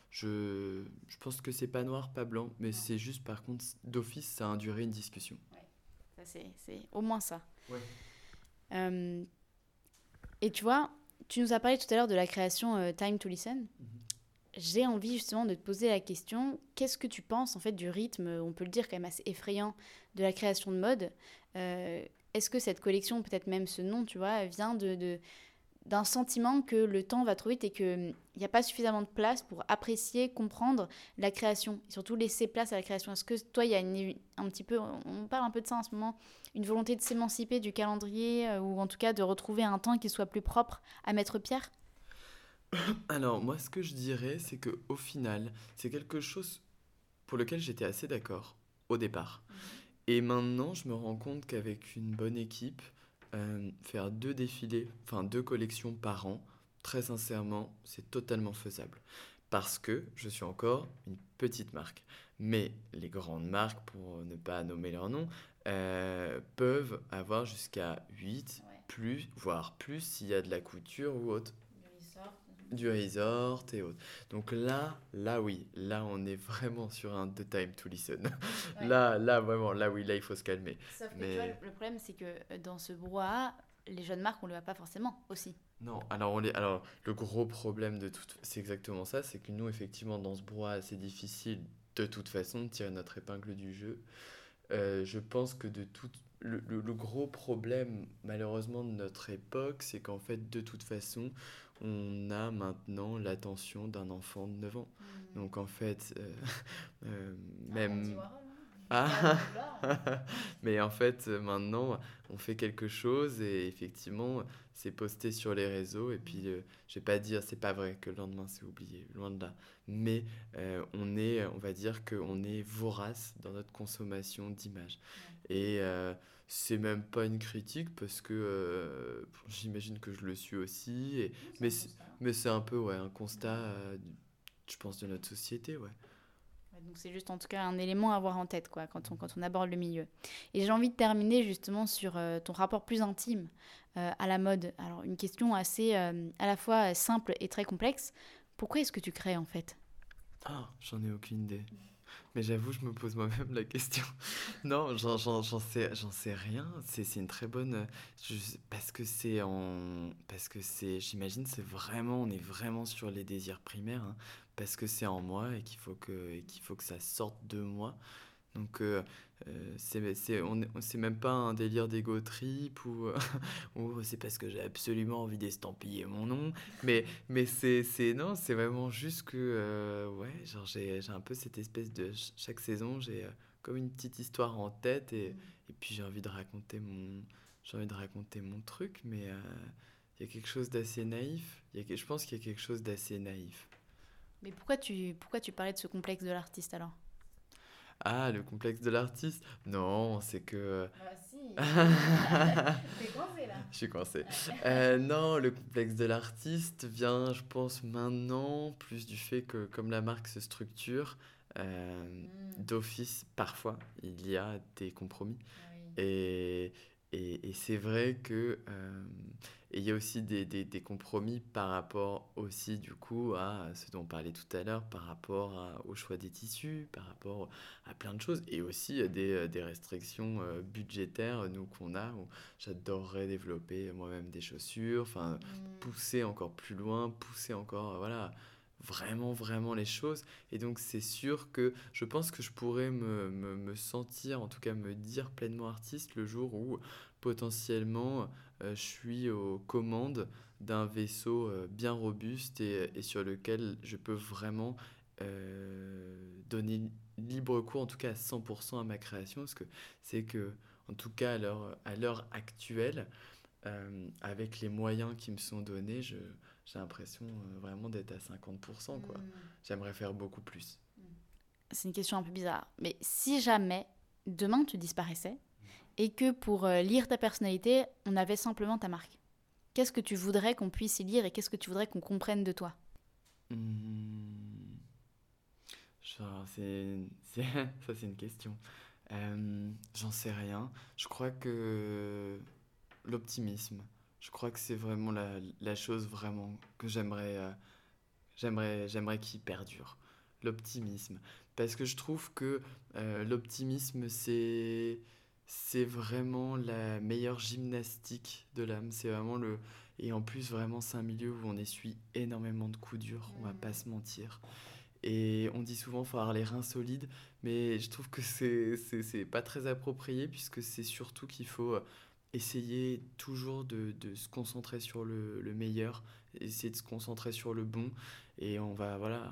je pense que c'est pas noir, pas blanc, mais c'est juste par contre d'office ça a induré une discussion. Ouais, ça c'est au moins ça. Ouais. Euh, et tu vois, tu nous as parlé tout à l'heure de la création Time to Listen. J'ai envie justement de te poser la question, qu'est-ce que tu penses en fait du rythme, on peut le dire quand même assez effrayant, de la création de mode. Est-ce que cette collection, peut-être même ce nom, tu vois, vient d'un sentiment que le temps va trop vite et qu'il n'y a pas suffisamment de place pour apprécier, comprendre la création et surtout laisser place à la création. Est-ce que toi, il y a un petit peu, on parle un peu de ça en ce moment, une volonté de s'émanciper du calendrier ou en tout cas de retrouver un temps qui soit plus propre à Maître Pierre? Alors moi ce que je dirais c'est que au final c'est quelque chose pour lequel j'étais assez d'accord au départ. Et maintenant je me rends compte qu'avec une bonne équipe, faire 2 défilés, enfin 2 collections par an, très sincèrement c'est totalement faisable. Parce que je suis encore une petite marque. Mais les grandes marques, pour ne pas nommer leur nom, peuvent avoir jusqu'à 8, Ouais. plus, voire plus s'il y a de la couture ou autre, Du resort. du resort et autres. Donc là oui, là on est vraiment sur un The Time to Listen. Ouais. Là vraiment, là oui, là il faut se calmer. Sauf que tu vois, Mais le problème c'est que dans ce brouhaha, les jeunes marques, on ne le voit pas forcément aussi. non, alors le gros problème c'est exactement ça, c'est que nous effectivement dans ce brouhaha c'est difficile de toute façon de tirer notre épingle du jeu. Je pense que le gros problème, malheureusement, de notre époque, c'est qu'en fait, de toute façon, on a maintenant l'attention d'un enfant de 9 ans. Donc, en fait, euh, même... Ah, mais en fait, maintenant, on fait quelque chose et effectivement, c'est posté sur les réseaux. Et puis, je vais pas dire, c'est pas vrai que le lendemain, c'est oublié, loin de là. Mais on va dire qu'on est vorace dans notre consommation d'images. Et c'est même pas une critique parce que j'imagine que je le suis aussi. Mais c'est un peu ouais, un constat, je pense, de notre société, ouais. Ouais, donc c'est juste en tout cas un élément à avoir en tête quoi, quand on aborde le milieu. Et j'ai envie de terminer justement sur ton rapport plus intime à la mode. Alors une question assez à la fois simple et très complexe. Pourquoi est-ce que tu crées en fait? Ah, j'en ai aucune idée. Mais j'avoue, je me pose moi-même la question. Non, j'en sais rien. C'est une très bonne. Parce que parce que j'imagine, on est vraiment sur les désirs primaires, hein, parce que c'est en moi et qu'il faut que ça sorte de moi. Donc, c'est même pas un délire d'ego trip ou, ou c'est parce que j'ai absolument envie d'estampiller mon nom. Mais non, c'est vraiment juste que, ouais, genre j'ai un peu cette espèce de, chaque saison, j'ai comme une petite histoire en tête et puis j'ai envie de raconter mon truc, mais il y a quelque chose d'assez naïf. Je pense qu'il y a quelque chose d'assez naïf. Mais pourquoi tu parlais de ce complexe de l'artiste alors? Ah, le complexe de l'artiste? Non, c'est que... Bah si, t'es coincé là. Je suis coincé. Non, le complexe de l'artiste vient, je pense, maintenant, plus du fait que comme la marque se structure, Hmm, d'office, parfois, il y a des compromis. ah oui. Et, et c'est vrai que et il y a aussi des compromis par rapport aussi du coup à ce dont on parlait tout à l'heure, par rapport au choix des tissus, par rapport à plein de choses, et aussi des restrictions budgétaires, nous, qu'on a, où j'adorerais développer moi-même des chaussures, enfin Hmm. pousser encore plus loin, pousser encore, voilà, vraiment, vraiment les choses. Et donc c'est sûr que je pense que je pourrais me sentir, en tout cas me dire pleinement artiste le jour où potentiellement je suis aux commandes d'un vaisseau bien robuste et sur lequel je peux vraiment donner libre cours, en tout cas à 100% à ma création. Parce que c'est que, en tout cas à l'heure actuelle, avec les moyens qui me sont donnés, j'ai l'impression vraiment d'être à 50%, quoi. Hmm. J'aimerais faire beaucoup plus. C'est une question un peu bizarre. Mais si jamais demain tu disparaissais et que pour lire ta personnalité, on avait simplement ta marque, qu'est-ce que tu voudrais qu'on puisse y lire et qu'est-ce que tu voudrais qu'on comprenne de toi? Hmm, genre, ça, c'est une question. J'en sais rien. Je crois que l'optimisme, je crois que c'est vraiment la chose vraiment que j'aimerais qu'il perdure. L'optimisme. Parce que je trouve que l'optimisme, c'est vraiment la meilleure gymnastique de l'âme. C'est vraiment le... Et en plus, vraiment, c'est un milieu où on essuie énormément de coups durs, on va pas se mentir. Et on dit souvent qu'il faut avoir les reins solides, mais je trouve que c'est pas très approprié, puisque c'est surtout qu'il faut essayer toujours de se concentrer sur le meilleur, essayer de se concentrer sur le bon, et voilà,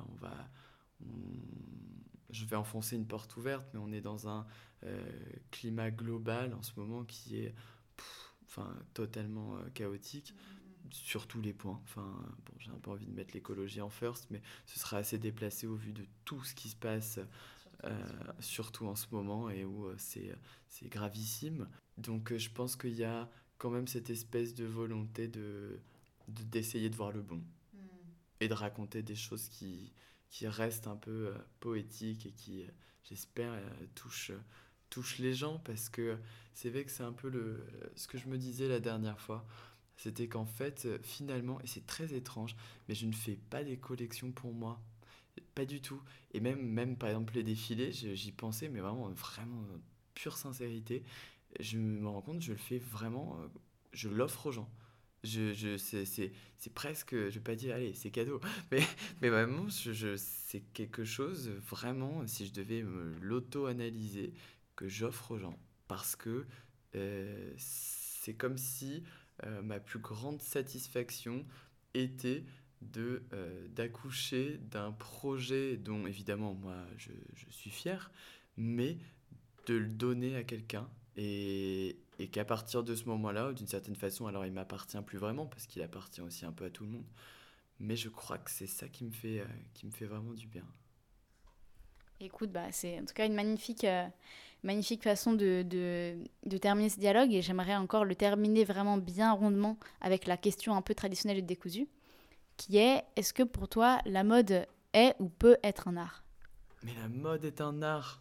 je vais enfoncer une porte ouverte, mais on est dans un climat global en ce moment qui est enfin, totalement chaotique sur tous les points. Enfin, bon, j'ai un peu envie de mettre l'écologie en first, mais ce sera assez déplacé au vu de tout ce qui se passe, surtout en ce moment, et où c'est gravissime. Donc je pense qu'il y a quand même cette espèce de volonté d'essayer de voir le bon et de raconter des choses qui restent un peu poétiques et qui, j'espère, touchent les gens, parce que c'est vrai que c'est un peu ce que je me disais la dernière fois. C'était qu'en fait, finalement, et c'est très étrange, mais je ne fais pas des collections pour moi. Pas du tout. Et même par exemple, les défilés, j'y pensais, mais vraiment, vraiment, pure sincérité. Je me rends compte, je le fais vraiment, je l'offre aux gens. C'est presque, je vais pas dire, allez, c'est cadeau. Mais, mais vraiment, c'est quelque chose, vraiment, si je devais me l'auto-analyser, que j'offre aux gens. Parce que c'est comme si ma plus grande satisfaction était d'accoucher d'un projet dont évidemment moi je suis fier, mais de le donner à quelqu'un et qu'à partir de ce moment-là, d'une certaine façon, alors il m'appartient plus vraiment parce qu'il appartient aussi un peu à tout le monde, mais je crois que c'est ça qui me fait vraiment du bien. Écoute, c'est en tout cas une magnifique façon de terminer ce dialogue et j'aimerais encore le terminer vraiment bien rondement avec la question un peu traditionnelle de Décousu, qui est, est-ce que pour toi, la mode est ou peut être un art ? Mais la mode est un art.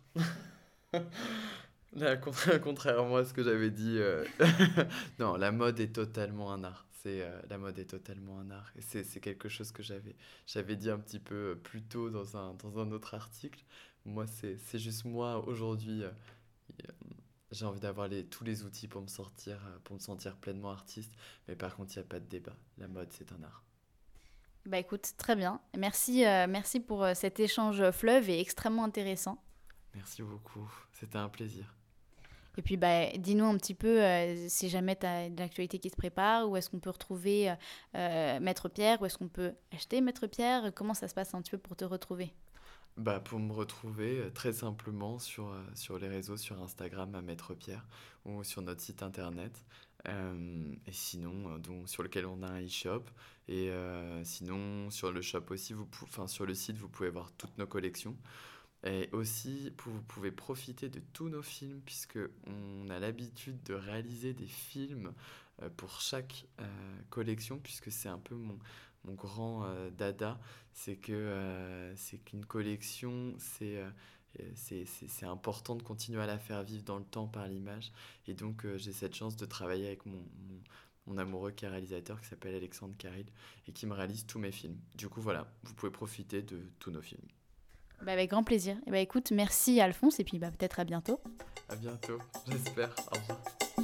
Là, contrairement à ce que j'avais dit, non, la mode est totalement un art. La mode est totalement un art. Et c'est quelque chose que j'avais dit un petit peu plus tôt dans un autre article. Moi, c'est juste moi, aujourd'hui, j'ai envie d'avoir tous les outils pour me sentir pleinement artiste. Mais par contre, il n'y a pas de débat. La mode, c'est un art. Écoute, très bien. Merci pour cet échange fleuve et extrêmement intéressant. Merci beaucoup. C'était un plaisir. Et puis, dis-nous un petit peu si jamais tu as de l'actualité qui se prépare, où est-ce qu'on peut retrouver Maître Pierre, où est-ce qu'on peut acheter Maître Pierre, comment ça se passe un petit peu pour te retrouver ? Pour me retrouver très simplement sur les réseaux, sur Instagram à Maître Pierre ou sur notre site internet. Et sinon, donc, sur lequel on a un e-shop. Et sinon, sur le shop aussi, sur le site, vous pouvez voir toutes nos collections. Et aussi, vous pouvez profiter de tous nos films, puisqu'on a l'habitude de réaliser des films pour chaque collection, puisque c'est un peu mon grand dada. C'est qu'une collection, c'est important de continuer à la faire vivre dans le temps par l'image. Et donc, j'ai cette chance de travailler avec mon amoureux qui est réalisateur, qui s'appelle Alexandre Carril, et qui me réalise tous mes films. Du coup, voilà, vous pouvez profiter de tous nos films. Avec grand plaisir. Et écoute, merci Alphonse, et puis peut-être à bientôt. À bientôt, j'espère. Au revoir.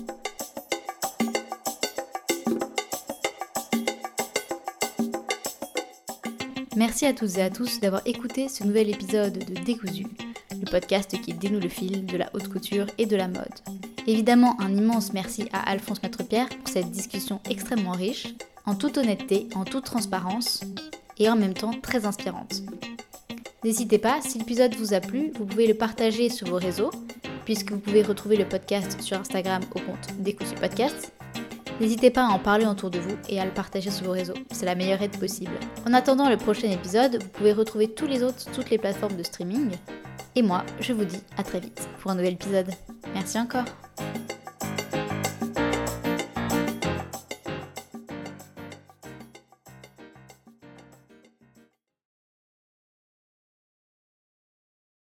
Merci à toutes et à tous d'avoir écouté ce nouvel épisode de Décousu, le podcast qui dénoue le fil de la haute couture et de la mode. Évidemment, un immense merci à Alphonse Maître Pierre pour cette discussion extrêmement riche, en toute honnêteté, en toute transparence, et en même temps très inspirante. N'hésitez pas, si l'épisode vous a plu, vous pouvez le partager sur vos réseaux, puisque vous pouvez retrouver le podcast sur Instagram au compte Décousu Podcast. N'hésitez pas à en parler autour de vous et à le partager sur vos réseaux, c'est la meilleure aide possible. En attendant le prochain épisode, vous pouvez retrouver tous les autres sur toutes les plateformes de streaming. Et moi, je vous dis à très vite pour un nouvel épisode. Merci encore.